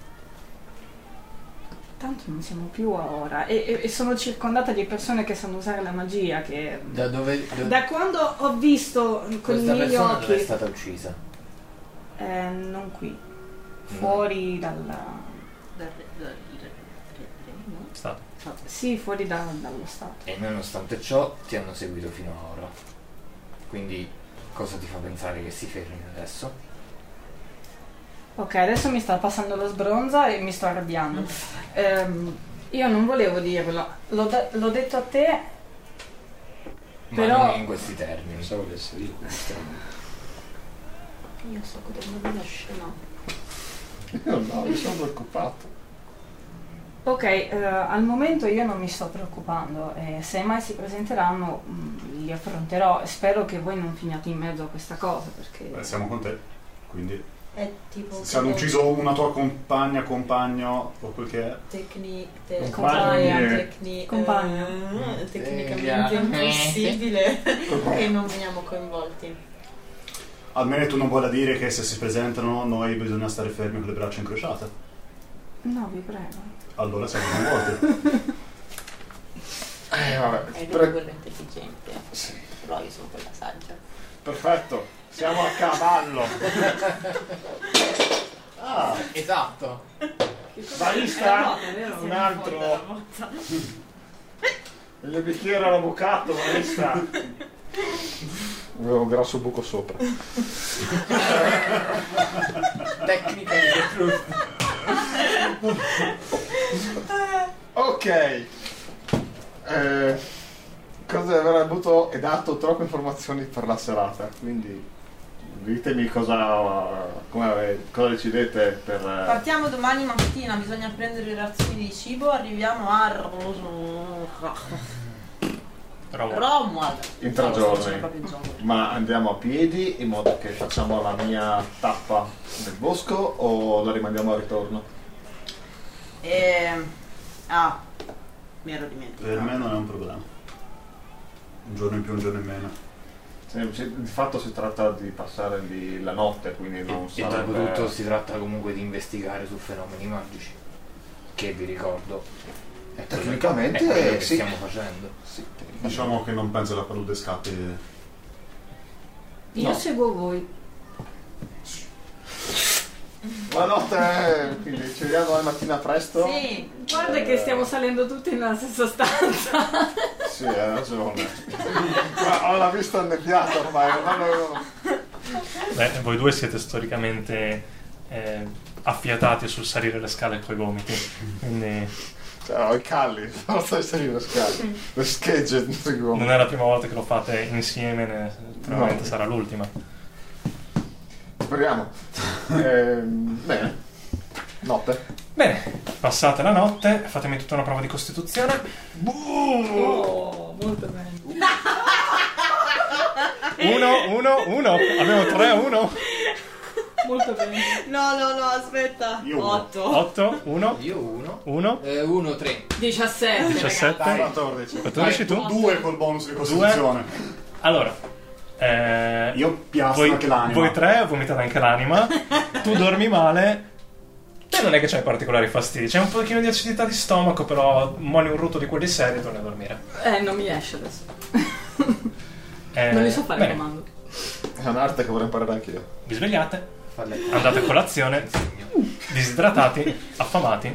E: Tanto non siamo più a ora e, e- e sono circondata di persone che sanno usare la magia, che...
F: Da dove... da-
E: Da quando ho visto con i
F: questa
E: miei
F: persona dove è
E: occhi...
F: stata uccisa?
E: Eh, non qui, fuori dalla...
B: Dal re- dal re- re- re- no?
A: Stato.
E: Sì, fuori da- dallo stato.
F: E nonostante ciò ti hanno seguito fino a ora. Quindi cosa ti fa pensare che si fermino adesso?
E: Ok, adesso mi sta passando la sbronza e mi sto arrabbiando. Ehm, io non volevo dirlo, l'ho, de- l'ho detto a te,
F: Ma
E: Però-
F: non in questi termini.
C: Pensavo di essere io questo.
B: Io sto godendo della scena.
C: Io no, mi sono preoccupato.
E: ok, eh, al momento io non mi sto preoccupando e se mai si presenteranno mh, li affronterò e spero che voi non finiate in mezzo a questa cosa perché...
D: Beh, siamo con te, quindi
B: È tipo...
D: se hanno ucciso una tua compagna, compagno o quel che è,
B: Tecni... te-
E: Compagna.
B: tecni-
E: Compagna.
B: eh,
F: Eh,
B: tecnicamente impossibile che non veniamo coinvolti.
D: almeno tu non vuoi dire che se si presentano noi bisogna stare fermi con le braccia incrociate.
E: No, vi prego.
D: Allora siamo coinvolti.
C: Eh, vabbè.
B: È lui
C: pre-
B: quello intelligente.
C: sì.
B: Però io sono quella saggia.
C: Perfetto. Siamo a cavallo. Ah,
F: Esatto.
C: barista?
E: È vero?
C: Un altro. Il bicchiere era bucato, barista. Avevo un grosso buco sopra.
F: Tecnica di recruit.
C: Ok. Eh, cosa di aver avuto e dato troppe informazioni per la serata, quindi ditemi cosa, come, cosa decidete per... eh,
B: Partiamo domani mattina, bisogna prendere le razioni di cibo, arriviamo a
A: Romuald.
B: Romuald.
C: In tre
B: No, sto
C: giorni.
B: facendo proprio il gioco.
C: Ma andiamo a piedi in modo che facciamo la mia tappa nel bosco o la rimandiamo al ritorno?
B: E... Ah, mi ero
D: Per
B: dimenticato.
D: me non è un problema. Un giorno in più, un giorno in meno.
C: Sì, sì, di fatto si tratta di passare lì la notte, quindi non
F: E dopo
C: sarebbe...
F: tutto si tratta comunque di investigare su fenomeni magici. Che vi ricordo. È quello-
C: Tecnicamente,
F: è quello che
C: sì.
F: stiamo facendo.
C: Sì,
D: Diciamo che non penso la palude scappi.
E: Io
C: No.
E: seguo voi.
C: la notte è... quindi ci vediamo la mattina presto?
B: Sì,
E: Guarda
C: Eh.
E: che stiamo salendo tutti nella stessa stanza.
C: Sì, hai ragione. Ma ho la vista annebbiata ormai, non avevo...
A: Beh, voi due siete storicamente eh, affiatati sul salire le scale coi gomiti. Quindi
C: Cioè, ho i calli, non stai salire le scale. Le schegge, non seguo.
A: non è la prima volta che lo fate insieme, ne- probabilmente
C: No.
A: sarà l'ultima.
C: Speriamo. Ehm, bene. Notte.
A: Bene, passate la notte, fatemi tutta una prova di costituzione.
E: Oh, molto bene.
A: Uno, uno, uno. Abbiamo tre a uno.
E: Molto bene.
B: no, no, no, aspetta.
D: Io uno.
B: Otto.
A: Otto, uno,
F: Io uno.
A: uno,
F: Eh, uno, tre.
E: diciassette.
A: diciassette,
C: quattordici.
A: quattordici tu.
D: Due col bonus di costituzione.
A: Allora, eh,
D: Io piastro
A: voi,
D: anche l'anima.
A: voi tre vomitate anche l'anima. Tu dormi male. Te non è che c'hai particolari fastidi, c'è un pochino di acidità di stomaco, però moni un rutto di quelli seri e torni a dormire.
E: Eh, non mi esce adesso.
A: Eh,
E: Non li so fare
A: bene,
E: comando.
C: È un'arte che vorrei imparare anche io.
A: vi svegliate. andate a colazione, disidratati, affamati,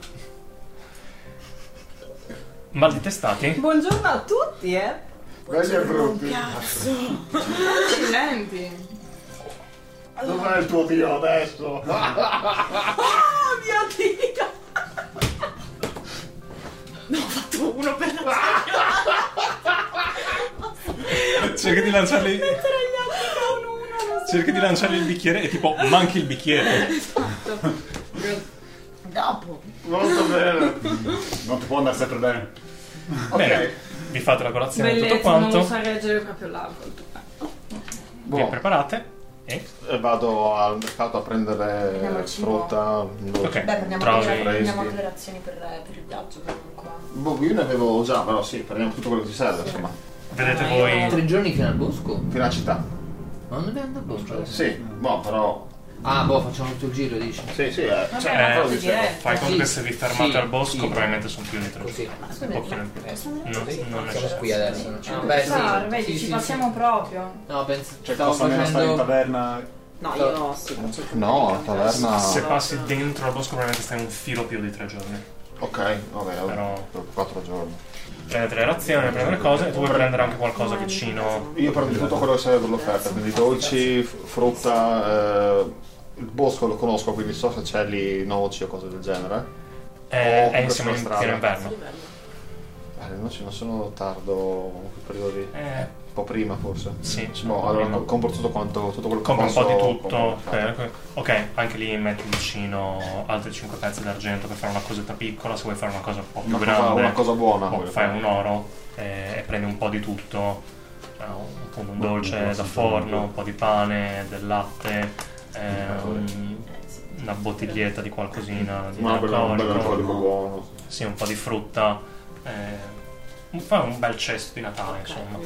A: mal di testati.
E: Buongiorno a tutti, eh!
C: Belli e brutti.
E: Accidenti!
C: Dov'è il tuo Dio adesso?
E: Oh mio Dio! Ne ho fatto uno per la
A: Cerca di lanciarli.
E: mettere gli altri con uno.
A: Cerca di lanciargli il bicchiere e tipo manchi il bicchiere.
E: Esatto.
B: Dopo.
C: Molto bene.
D: Non ti può andare sempre bene.
A: Bene, vi fate la colazione e tutto
E: Bellezza, non
A: quanto.
E: lo sa reggere proprio l'alcol.
A: Vi
C: Boh,
A: preparate e
C: e vado al mercato a
B: Prendiamo
C: prendere
B: il cibo.
C: frutta.
A: ok,
B: Beh, prendiamo,
A: trovi
B: anche, prendiamo
C: freschi.
B: anche le razioni per, per il viaggio comunque.
C: Boh, io ne avevo già, però sì, prendiamo tutto quello che ci serve, insomma.
A: vedete
B: Ah,
A: voi
F: Tre giorni fino al bosco?
C: Fino alla città.
F: Ma non dobbiamo andare al bosco adesso?
C: Sì, boh, però.
F: Ah, boh, facciamo tutto il giro, dici?
C: Sì, sì, eh.
B: Vabbè,
C: Cioè,
B: ma
C: però
B: così
C: dicevo.
B: è.
A: fai conto
F: Sì,
A: che se vi fermate
F: sì,
A: al bosco
F: sì.
A: probabilmente sono più di tre
F: Così.
B: Ma
A: un
B: scusami,
A: pochino
B: ma
A: in più.
B: posso andare
A: No,
B: così?
A: non
F: Siamo
A: necessario.
F: qui adesso. Ah,
B: Cioè,
F: beh, sì.
E: Claro, vedi,
F: Sì,
E: ci
F: sì,
E: passiamo proprio.
F: No, penso.
D: Cioè,
F: stavo
D: posso almeno stare in
F: facendo.
D: taverna.
B: No, io sì, faccio il
C: No, la
B: camminare.
C: taverna.
A: Se passi dentro al bosco probabilmente stai un filo più di tre giorni.
C: Ok, vabbè,
A: Però-
C: per quattro giorni.
A: Prendete le razioni, prendete le cose e tu vuoi prendere anche qualcosa vicino.
C: Io prendo tutto quello che serve per l'offerta, quindi dolci, f- frutta, eh, il bosco lo conosco, quindi so se c'è lì noci o cose del genere.
A: È,
C: Oh,
A: è insieme in
C: sulla
A: pieno
C: strada.
A: inverno.
C: Eh, le noci non sono tardo, quel periodo lì,
A: Eh,
C: un po' prima forse.
A: sì,
C: No, allora no, compro tutto quanto, tutto quello che
A: compra un po'
C: posso,
A: di tutto.
C: compro.
A: per- ok, anche lì metti vicino altri cinque pezzi d'argento per fare una cosetta piccola. Se vuoi fare una cosa un po' più
C: Una cosa,
A: grande,
C: una cosa buona.
A: boh,
C: voglio
A: fai
C: fare.
A: un oro e, e prendi un po' di tutto. eh, un, un dolce
D: Un po'
A: da
D: di
A: forno,
D: tutto.
A: un po' di pane, del latte, eh, un- una bottiglietta di qualcosina, di
C: Ma quello è un bel
A: alcolico.
C: alcolico buono.
A: Sì, un po' di frutta. eh, fai un bel cesto di Natale, insomma.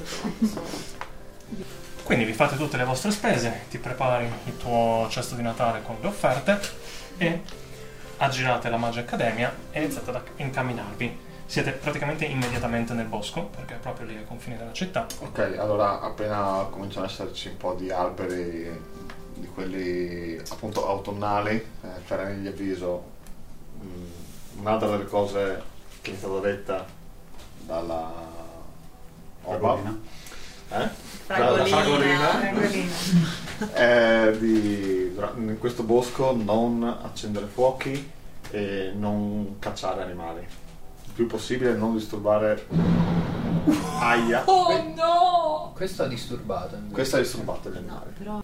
A: Quindi vi fate tutte le vostre spese, ti prepari il tuo cesto di Natale con le offerte e aggirate la Magia Accademia e iniziate ad incamminarvi. Siete praticamente immediatamente nel bosco, perché è proprio lì ai confini della città.
C: Ok, allora appena cominciano ad esserci un po' di alberi, di quelli appunto autunnali, eh, per gli avviso, mh, un'altra delle cose che mi è stata detta dalla Oba,
D: Fragolina.
C: eh?
B: Fragolina.
C: Dalla fragolina,
E: Fragolina.
C: è di dura- in questo bosco non accendere fuochi e non cacciare animali. Il più possibile non disturbare aia.
E: Oh no!
F: Questo ha disturbato. invece.
C: Questo ha disturbato gli
B: No,
C: animali.
B: però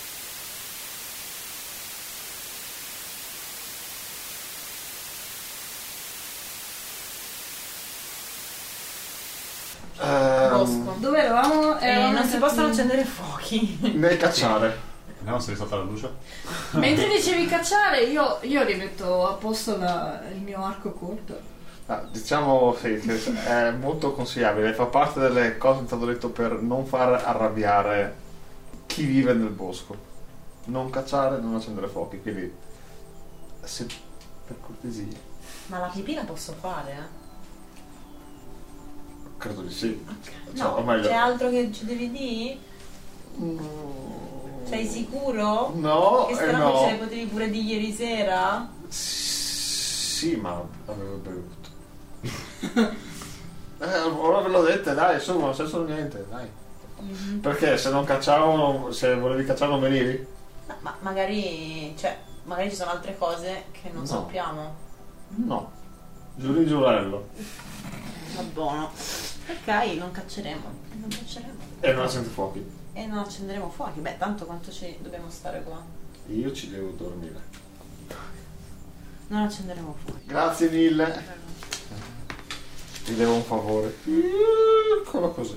C: Ehm,
B: bosco.
E: Dove eravamo?
B: Eh,
E: Eravamo
B: non si
E: andati-
B: possono accendere fuochi.
C: Nel cacciare.
D: Vediamo se risalta la luce.
E: Mentre dicevi cacciare, io, io rimetto a posto la- il mio arco corto.
C: Ah, diciamo sì, sì, è molto consigliabile, fa parte delle cose che è stato detto per non far arrabbiare chi vive nel bosco. Non cacciare, non accendere fuochi, quindi se per cortesia.
B: Ma la pipì la posso fare, eh?
C: Credo di sì. Cioè,
B: No,
C: o meglio-
B: c'è altro che ci devi dire?
C: Mm,
B: Sei sicuro?
C: No,
B: Che
C: eh
B: strano
C: no.
B: ce le potevi pure di ieri sera?
C: Sì, ma avevo bevuto. eh, ora ve l'ho detto, dai, insomma, non c'è solo niente, dai. Perché se non cacciavo, se volevi cacciare non venivi?
B: No, ma magari, cioè, magari ci sono altre cose che non
C: No.
B: sappiamo.
C: No. Giuri giurello.
B: Va buono. Ok, non cacceremo. Non cacceremo.
C: E non accende fuochi.
B: E non accenderemo fuochi. Beh, tanto quanto ci dobbiamo stare qua.
C: Io ci devo dormire.
B: Non accenderemo fuochi.
C: Grazie mille. Ti devo un favore. Eccolo così.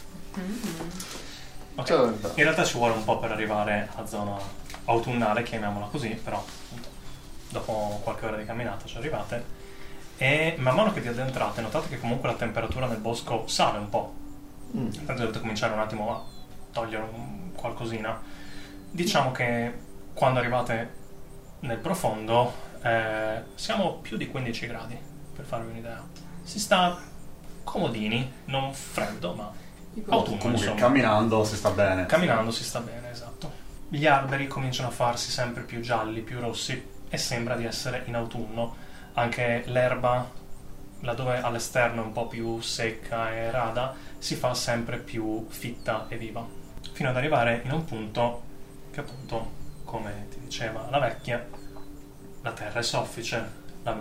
A: Ok.
C: C'è la verità.
A: In realtà ci vuole un po' per arrivare alla zona autunnale, chiamiamola così, però appunto, dopo qualche ora di camminata ci arrivate e man mano che vi addentrate notate che comunque la temperatura nel bosco sale un po'.
C: Mm.
A: Tanto dovete cominciare un attimo a togliere un qualcosina. Diciamo che quando arrivate nel profondo eh, siamo più di quindici gradi, per farvi un'idea. Si sta comodini, non freddo, ma autunno
D: Comunque
A: insomma.
D: camminando si sta bene.
A: Camminando si sta bene, esatto. gli alberi cominciano a farsi sempre più gialli, più rossi e sembra di essere in autunno. Anche l'erba, laddove all'esterno è un po' più secca e rada, si fa sempre più fitta e viva, fino ad arrivare in un punto che appunto, come ti diceva la vecchia, la terra è soffice, la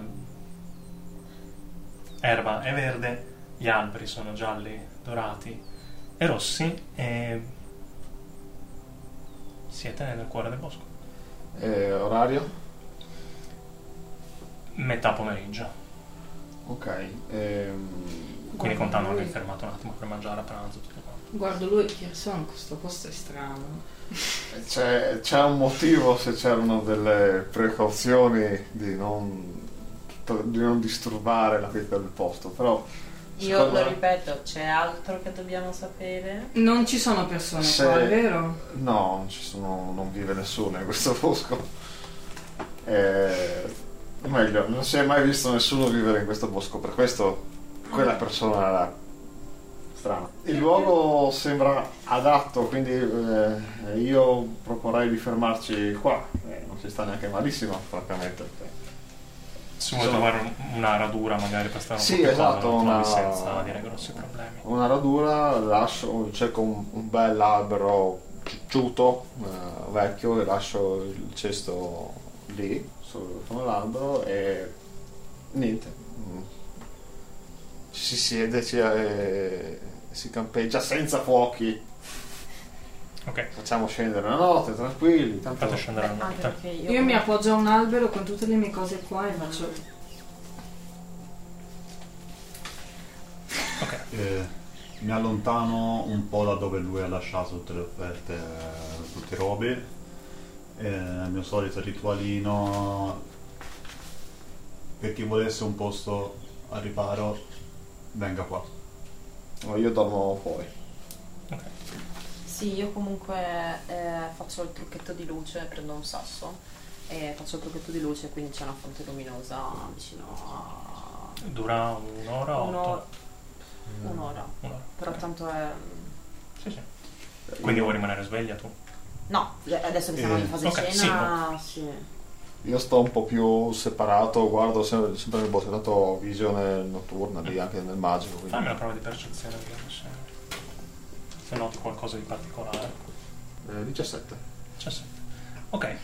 A: erba è verde, gli alberi sono gialli, dorati e rossi e siete nel cuore del bosco.
C: E orario?
A: Metà pomeriggio,
C: Ok. ehm,
A: quindi
E: Guarda
A: contando
E: lui.
A: che è fermato un attimo per mangiare a pranzo, tutto quanto.
E: Guardo lui, Kirson, questo posto è strano.
C: C'è, c'è un motivo se c'erano delle precauzioni di non, di non disturbare la vita del posto, però
B: Io
C: secondo
B: lo
C: me-
B: ripeto, c'è altro che dobbiamo sapere?
E: Non ci sono persone
C: Se-
E: qua, è vero?
C: no, non ci sono, non vive nessuno in questo bosco. Eh, o meglio, non si è mai visto nessuno vivere in questo bosco, per questo quella persona era strana. Il luogo sembra adatto, quindi eh, io proporrei di fermarci qua. Eh, non si sta neanche malissimo, francamente.
A: Se vuoi
C: Sono-
A: trovare un- una radura magari per stare un
C: Sì,
A: po' più
C: esatto,
A: comodo,
C: una-
A: trovi senza dire grossi problemi.
C: Una radura, lascio, cerco un, un bel albero cicciuto, eh, vecchio, e lascio il cesto lì, sopra l'albero, e niente. Mm. Ci si siede, ci, eh, si campeggia senza fuochi.
A: Ok,
C: Facciamo scendere la notte, tranquilli. Tanto
A: fate scendere la
B: Anche
A: notte.
B: perché io,
E: Io mi appoggio a un albero con tutte le mie cose qua e faccio...
A: Ok,
D: Eh, mi allontano un po' da dove lui ha lasciato tutte le offerte, eh, tutti i robi. Eh, il mio solito ritualino, per chi volesse un posto al riparo, venga qua.
C: no, io dormo fuori.
A: ok.
B: sì, io comunque eh, faccio il trucchetto di luce, prendo un sasso e faccio il trucchetto di luce, quindi c'è una fonte luminosa vicino a
A: Dura un'ora o
B: Uno-
A: otto?
B: un'ora.
A: Un'ora.
B: Però
A: ok.
B: tanto è...
A: Sì, sì. Quindi vuoi rimanere sveglia tu?
B: No, adesso che siamo in fase
A: Ok,
B: cena, sì.
C: Io sto un po' più separato, guardo sempre, sempre nel bosco, tanto ho visione notturna lì anche nel magico. quindi-
A: Fammi una prova di percezione, vediamo se, se noti qualcosa di particolare.
C: Eh, diciassette.
A: Cioè, sì. Ok.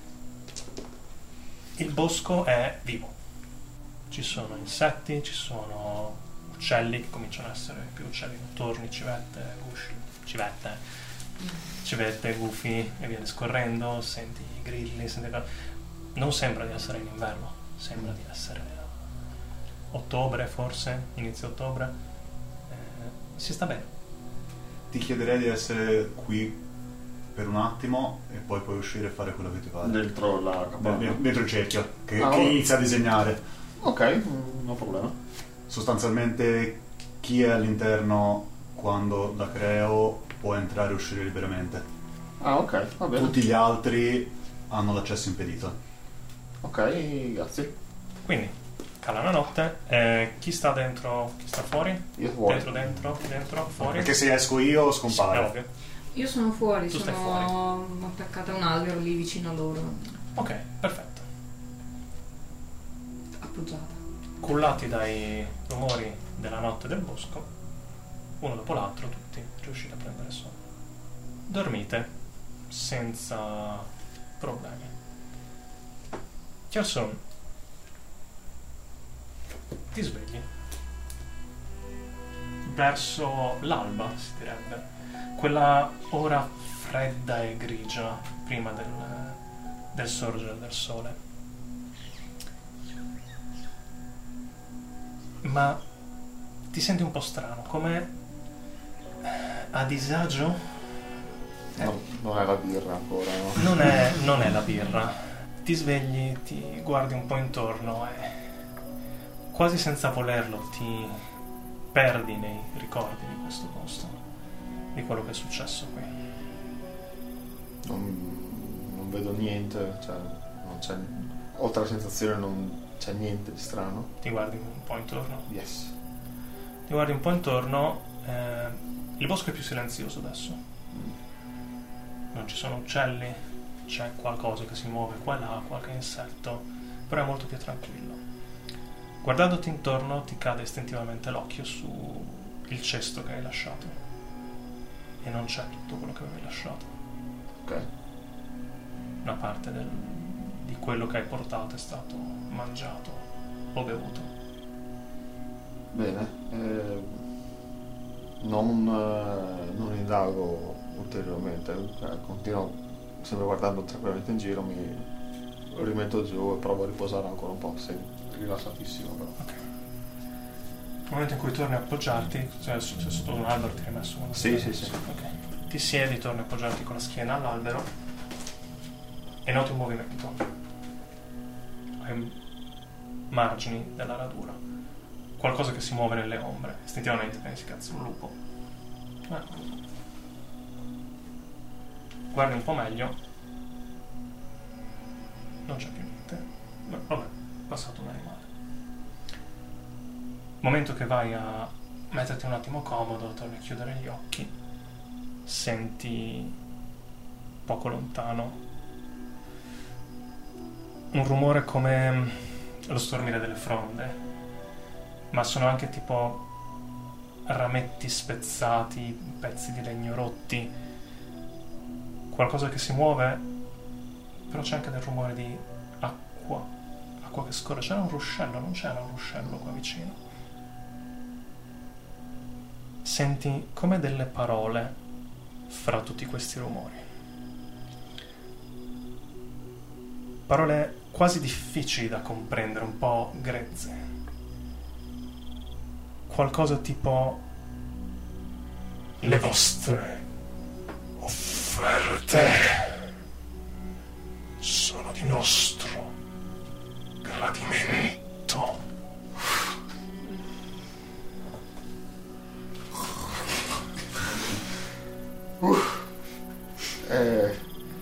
A: Il bosco è vivo. Ci sono insetti, ci sono uccelli che cominciano a essere più uccelli notturni, civette, gusci, civette, civette, gufi e via discorrendo. Senti i grilli, senti... Non sembra di essere in inverno, sembra di essere ottobre forse, inizio ottobre. Eh, si sta bene.
D: Ti chiederei di essere qui per un attimo e poi puoi uscire e fare quello che ti pare.
C: Dentro la capanna.
D: Dentro, dentro il cerchio, che,
C: Ah,
D: che
C: oh.
D: inizia a disegnare.
C: Ok, mm, no problema.
D: Sostanzialmente chi è all'interno quando la creo può entrare e uscire liberamente.
C: Ah, ok, va bene.
D: Tutti gli altri hanno l'accesso impedito.
C: Ok, grazie.
A: Quindi, cala la notte. Eh, chi sta dentro? Chi sta fuori?
C: Io fuori.
A: Dentro, dentro, dentro, fuori?
D: Perché se esco io
A: Sì, è
D: scompare.
A: ovvio.
E: Io sono fuori,
A: Tu stai
E: sono attaccata a un albero lì vicino a loro,
A: Ok, perfetto.
E: appoggiata.
A: Cullati dai rumori della notte del bosco, uno dopo l'altro, tutti riuscite a prendere sonno. Dormite senza problemi. Chiarson, ti svegli. Verso l'alba, si direbbe. Quella ora fredda e grigia prima del, del sorgere del sole. Ma ti senti un po' strano, come a disagio?
C: No, non è la birra ancora, no?
A: Non è, non è la birra. Ti svegli, ti guardi un po' intorno e quasi senza volerlo ti perdi nei ricordi di questo posto, di quello che è successo qui.
C: Non, non vedo niente, cioè, non c'è, oltre alla sensazione non c'è niente di strano.
A: Ti guardi un po' intorno.
C: Yes.
A: Ti guardi un po' intorno. Eh, il bosco è più silenzioso adesso. non ci sono uccelli, c'è qualcosa che si muove qua e là, qualche insetto, però è molto più tranquillo. Guardandoti intorno ti cade istintivamente l'occhio su il cesto che hai lasciato e non c'è tutto quello che avevi lasciato.
C: Ok.
A: Una parte del, di quello che hai portato è stato mangiato o bevuto.
C: Bene. Eh, non, eh, non indago ulteriormente, eh, continuo sempre guardando tranquillamente in giro, mi rimetto giù e provo a riposare ancora un po', sei rilassatissimo però.
A: Ok. Nel momento in cui torni a appoggiarti, cioè se sei sotto un albero ti hai messo una
C: Sì,
A: schiena.
C: sì, sì.
A: Ok. Ti siedi, torni a appoggiarti con la schiena all'albero e noti un movimento ai margini della radura. Qualcosa che si muove nelle ombre. Istintivamente pensi, cazzo, un lupo. Eh. Guardi un po' meglio, non c'è più niente. Beh, vabbè, è passato un animale. Momento che vai a metterti un attimo comodo, torni a chiudere gli occhi, senti poco lontano un rumore come lo stormire delle fronde, ma sono anche tipo rametti spezzati, pezzi di legno rotti, qualcosa che si muove, però c'è anche del rumore di acqua, acqua che scorre. C'era un ruscello, non c'era un ruscello qua vicino. Senti come delle parole fra tutti questi rumori. Parole quasi difficili da comprendere, un po' grezze. Qualcosa tipo: le vostre offerte sono di nostro gradimento.
C: Eh,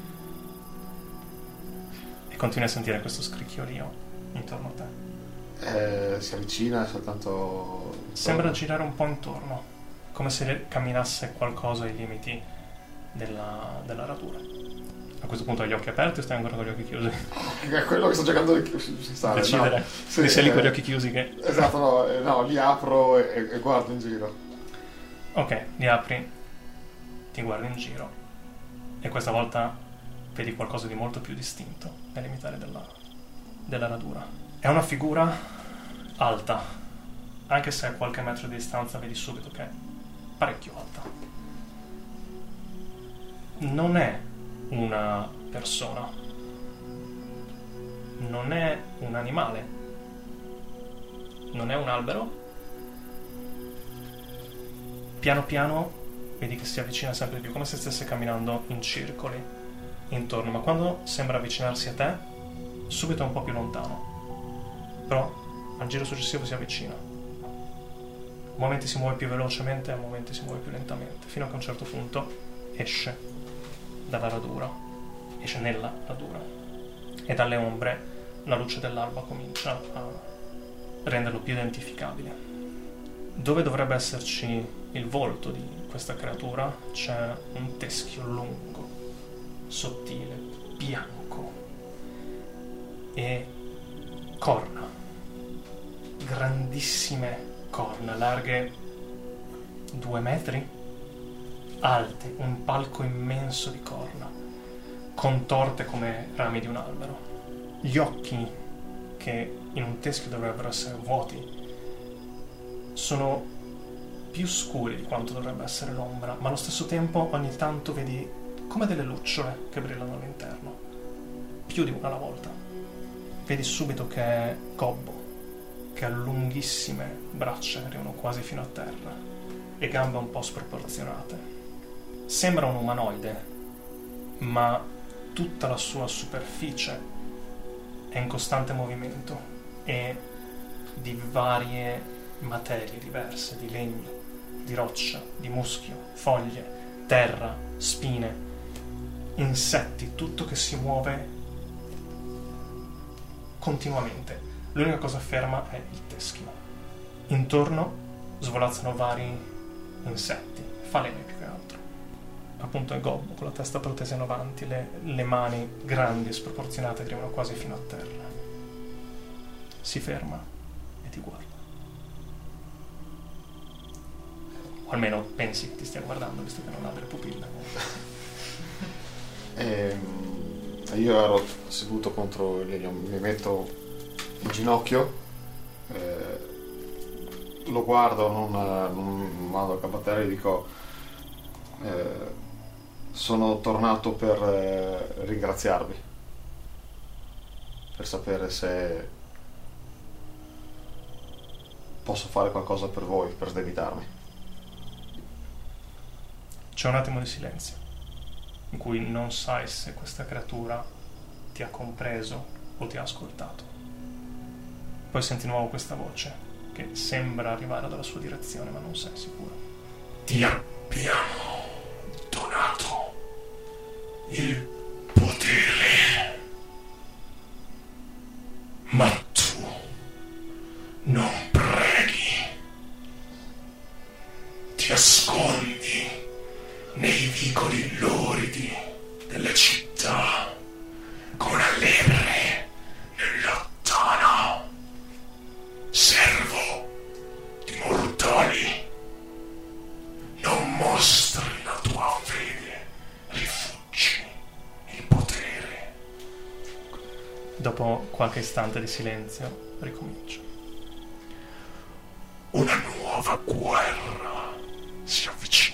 A: E continui a sentire questo scricchiolio intorno a te.
C: eh, si avvicina, è soltanto...
A: Sembra girare un po' intorno, come se camminasse qualcosa ai limiti della, della radura. A questo punto hai gli occhi aperti o stai ancora con gli occhi chiusi?
C: È quello che sto cercando di stare.
A: Decidere
C: No,
A: se sei lì con gli occhi chiusi che...
C: Esatto, no, eh, no, li apro e, e guardo in giro.
A: Ok, li apri, ti guardi in giro e questa volta vedi qualcosa di molto più distinto nei limiti della, della radura. È una figura alta, anche se a qualche metro di distanza vedi subito che è parecchio alta. Non è una persona, non è un animale, non è un albero. Piano piano vedi che si avvicina sempre di più, come se stesse camminando in circoli intorno, ma quando sembra avvicinarsi a te, subito è un po' più lontano. Però al giro successivo si avvicina. A momenti si muove più velocemente, a momenti si muove più lentamente, fino a che a un certo punto esce dalla radura, esce nella radura, e dalle ombre la luce dell'alba comincia a renderlo più identificabile. Dove dovrebbe esserci il volto di questa creatura c'è un teschio lungo, sottile, bianco e corna, grandissime corna, larghe due metri, alte, un palco immenso di corna, contorte come rami di un albero. Gli occhi, che in un teschio dovrebbero essere vuoti, sono più scuri di quanto dovrebbe essere l'ombra, ma allo stesso tempo ogni tanto vedi come delle lucciole che brillano all'interno, più di una alla volta. Vedi subito che è gobbo, che ha lunghissime braccia che arrivano quasi fino a terra e gambe un po' sproporzionate. Sembra un umanoide, ma tutta la sua superficie è in costante movimento e di varie materie diverse, di legno, di roccia, di muschio, foglie, terra, spine, insetti, tutto che si muove continuamente. L'unica cosa ferma è il teschio. Intorno svolazzano vari insetti, falene più che altro. appunto è gobbo, con la testa protesa in avanti, le, le mani grandi e sproporzionate arrivano quasi fino a terra. Si ferma e ti guarda. O almeno pensi che ti stia guardando, visto che non ha delle pupille.
C: Ehm, io ero seduto contro il legno, mi metto in ginocchio, eh, lo guardo, non, non vado a cappattere e dico eh, sono tornato per eh, ringraziarvi, per sapere se posso fare qualcosa per voi, per sdebitarmi.
A: C'è un attimo di silenzio, in cui non sai se questa creatura ti ha compreso o ti ha ascoltato. Poi senti di nuovo questa voce, che sembra arrivare dalla sua direzione, ma non sei sicuro.
H: Ti abbiamo donato il potere, ma tu non preghi, ti ascondi nei vicoli loridi delle città con allegre nel lontano, servo di mortali, non mostri la tua fede, rifuggi il potere.
A: Dopo qualche istante di silenzio ricomincia.
H: Una nuova guerra si avvicina.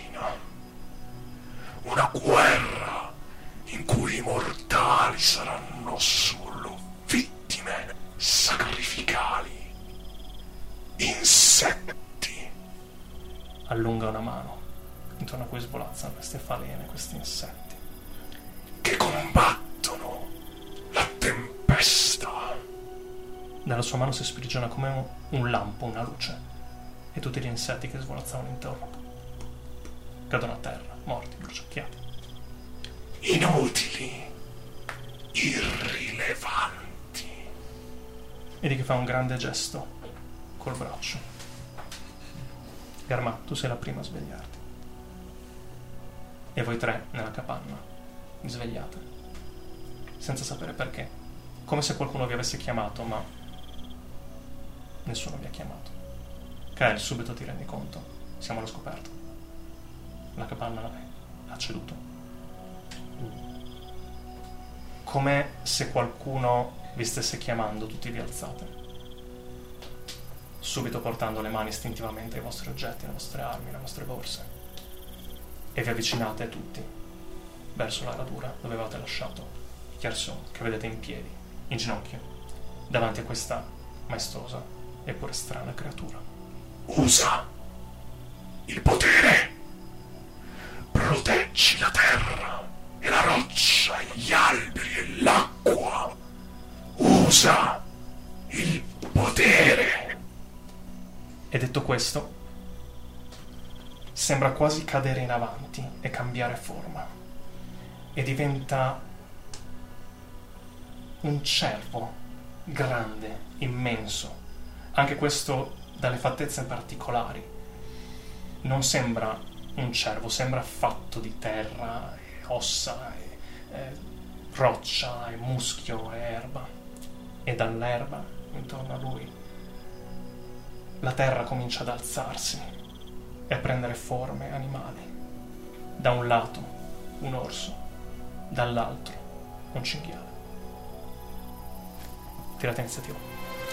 H: Una guerra in cui i mortali saranno solo vittime sacrificali. Insetti.
A: Allunga una mano, intorno a cui svolazzano queste falene, questi insetti.
H: Che combattono la tempesta.
A: Dalla sua mano si sprigiona come un, un lampo, una luce, e tutti gli insetti che svolazzavano intorno cadono a terra, morti, bruciacchiati.
H: Inutili, irrilevanti.
A: Vedi che fa un grande gesto col braccio. Garma, tu sei la prima a svegliarti. E voi tre nella capanna, svegliate, senza sapere perché, come se qualcuno vi avesse chiamato, ma nessuno vi ha chiamato. Kael, subito ti rendi conto, siamo allo scoperto. La capanna ha ceduto. Come se qualcuno vi stesse chiamando, tutti vi alzate, subito portando le mani istintivamente ai vostri oggetti, alle vostre armi, alle vostre borse, e vi avvicinate tutti verso la radura dove avevate lasciato Chiarson, che vedete in piedi, in ginocchio, davanti a questa maestosa eppure strana creatura.
H: Usa il potere. Proteggi la terra e la roccia e gli alberi e l'acqua. Usa il potere.
A: E detto questo, sembra quasi cadere in avanti e cambiare forma. E diventa un cervo grande, immenso. Anche questo dalle fattezze particolari. Non sembra un cervo, sembra fatto di terra, e ossa, e, e roccia, e muschio, e erba. E dall'erba, intorno a lui, la terra comincia ad alzarsi e a prendere forme animali. Da un lato un orso, dall'altro un cinghiale. Tirate iniziativa.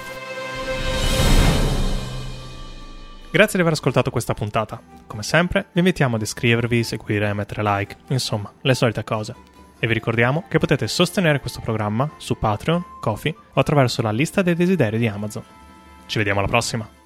A: Grazie di aver ascoltato questa puntata. Come sempre, vi invitiamo ad iscrivervi, seguire e mettere like, insomma, le solite cose. E vi ricordiamo che potete sostenere questo programma su Patreon, Ko-fi o attraverso la lista dei desideri di Amazon. Ci vediamo alla prossima!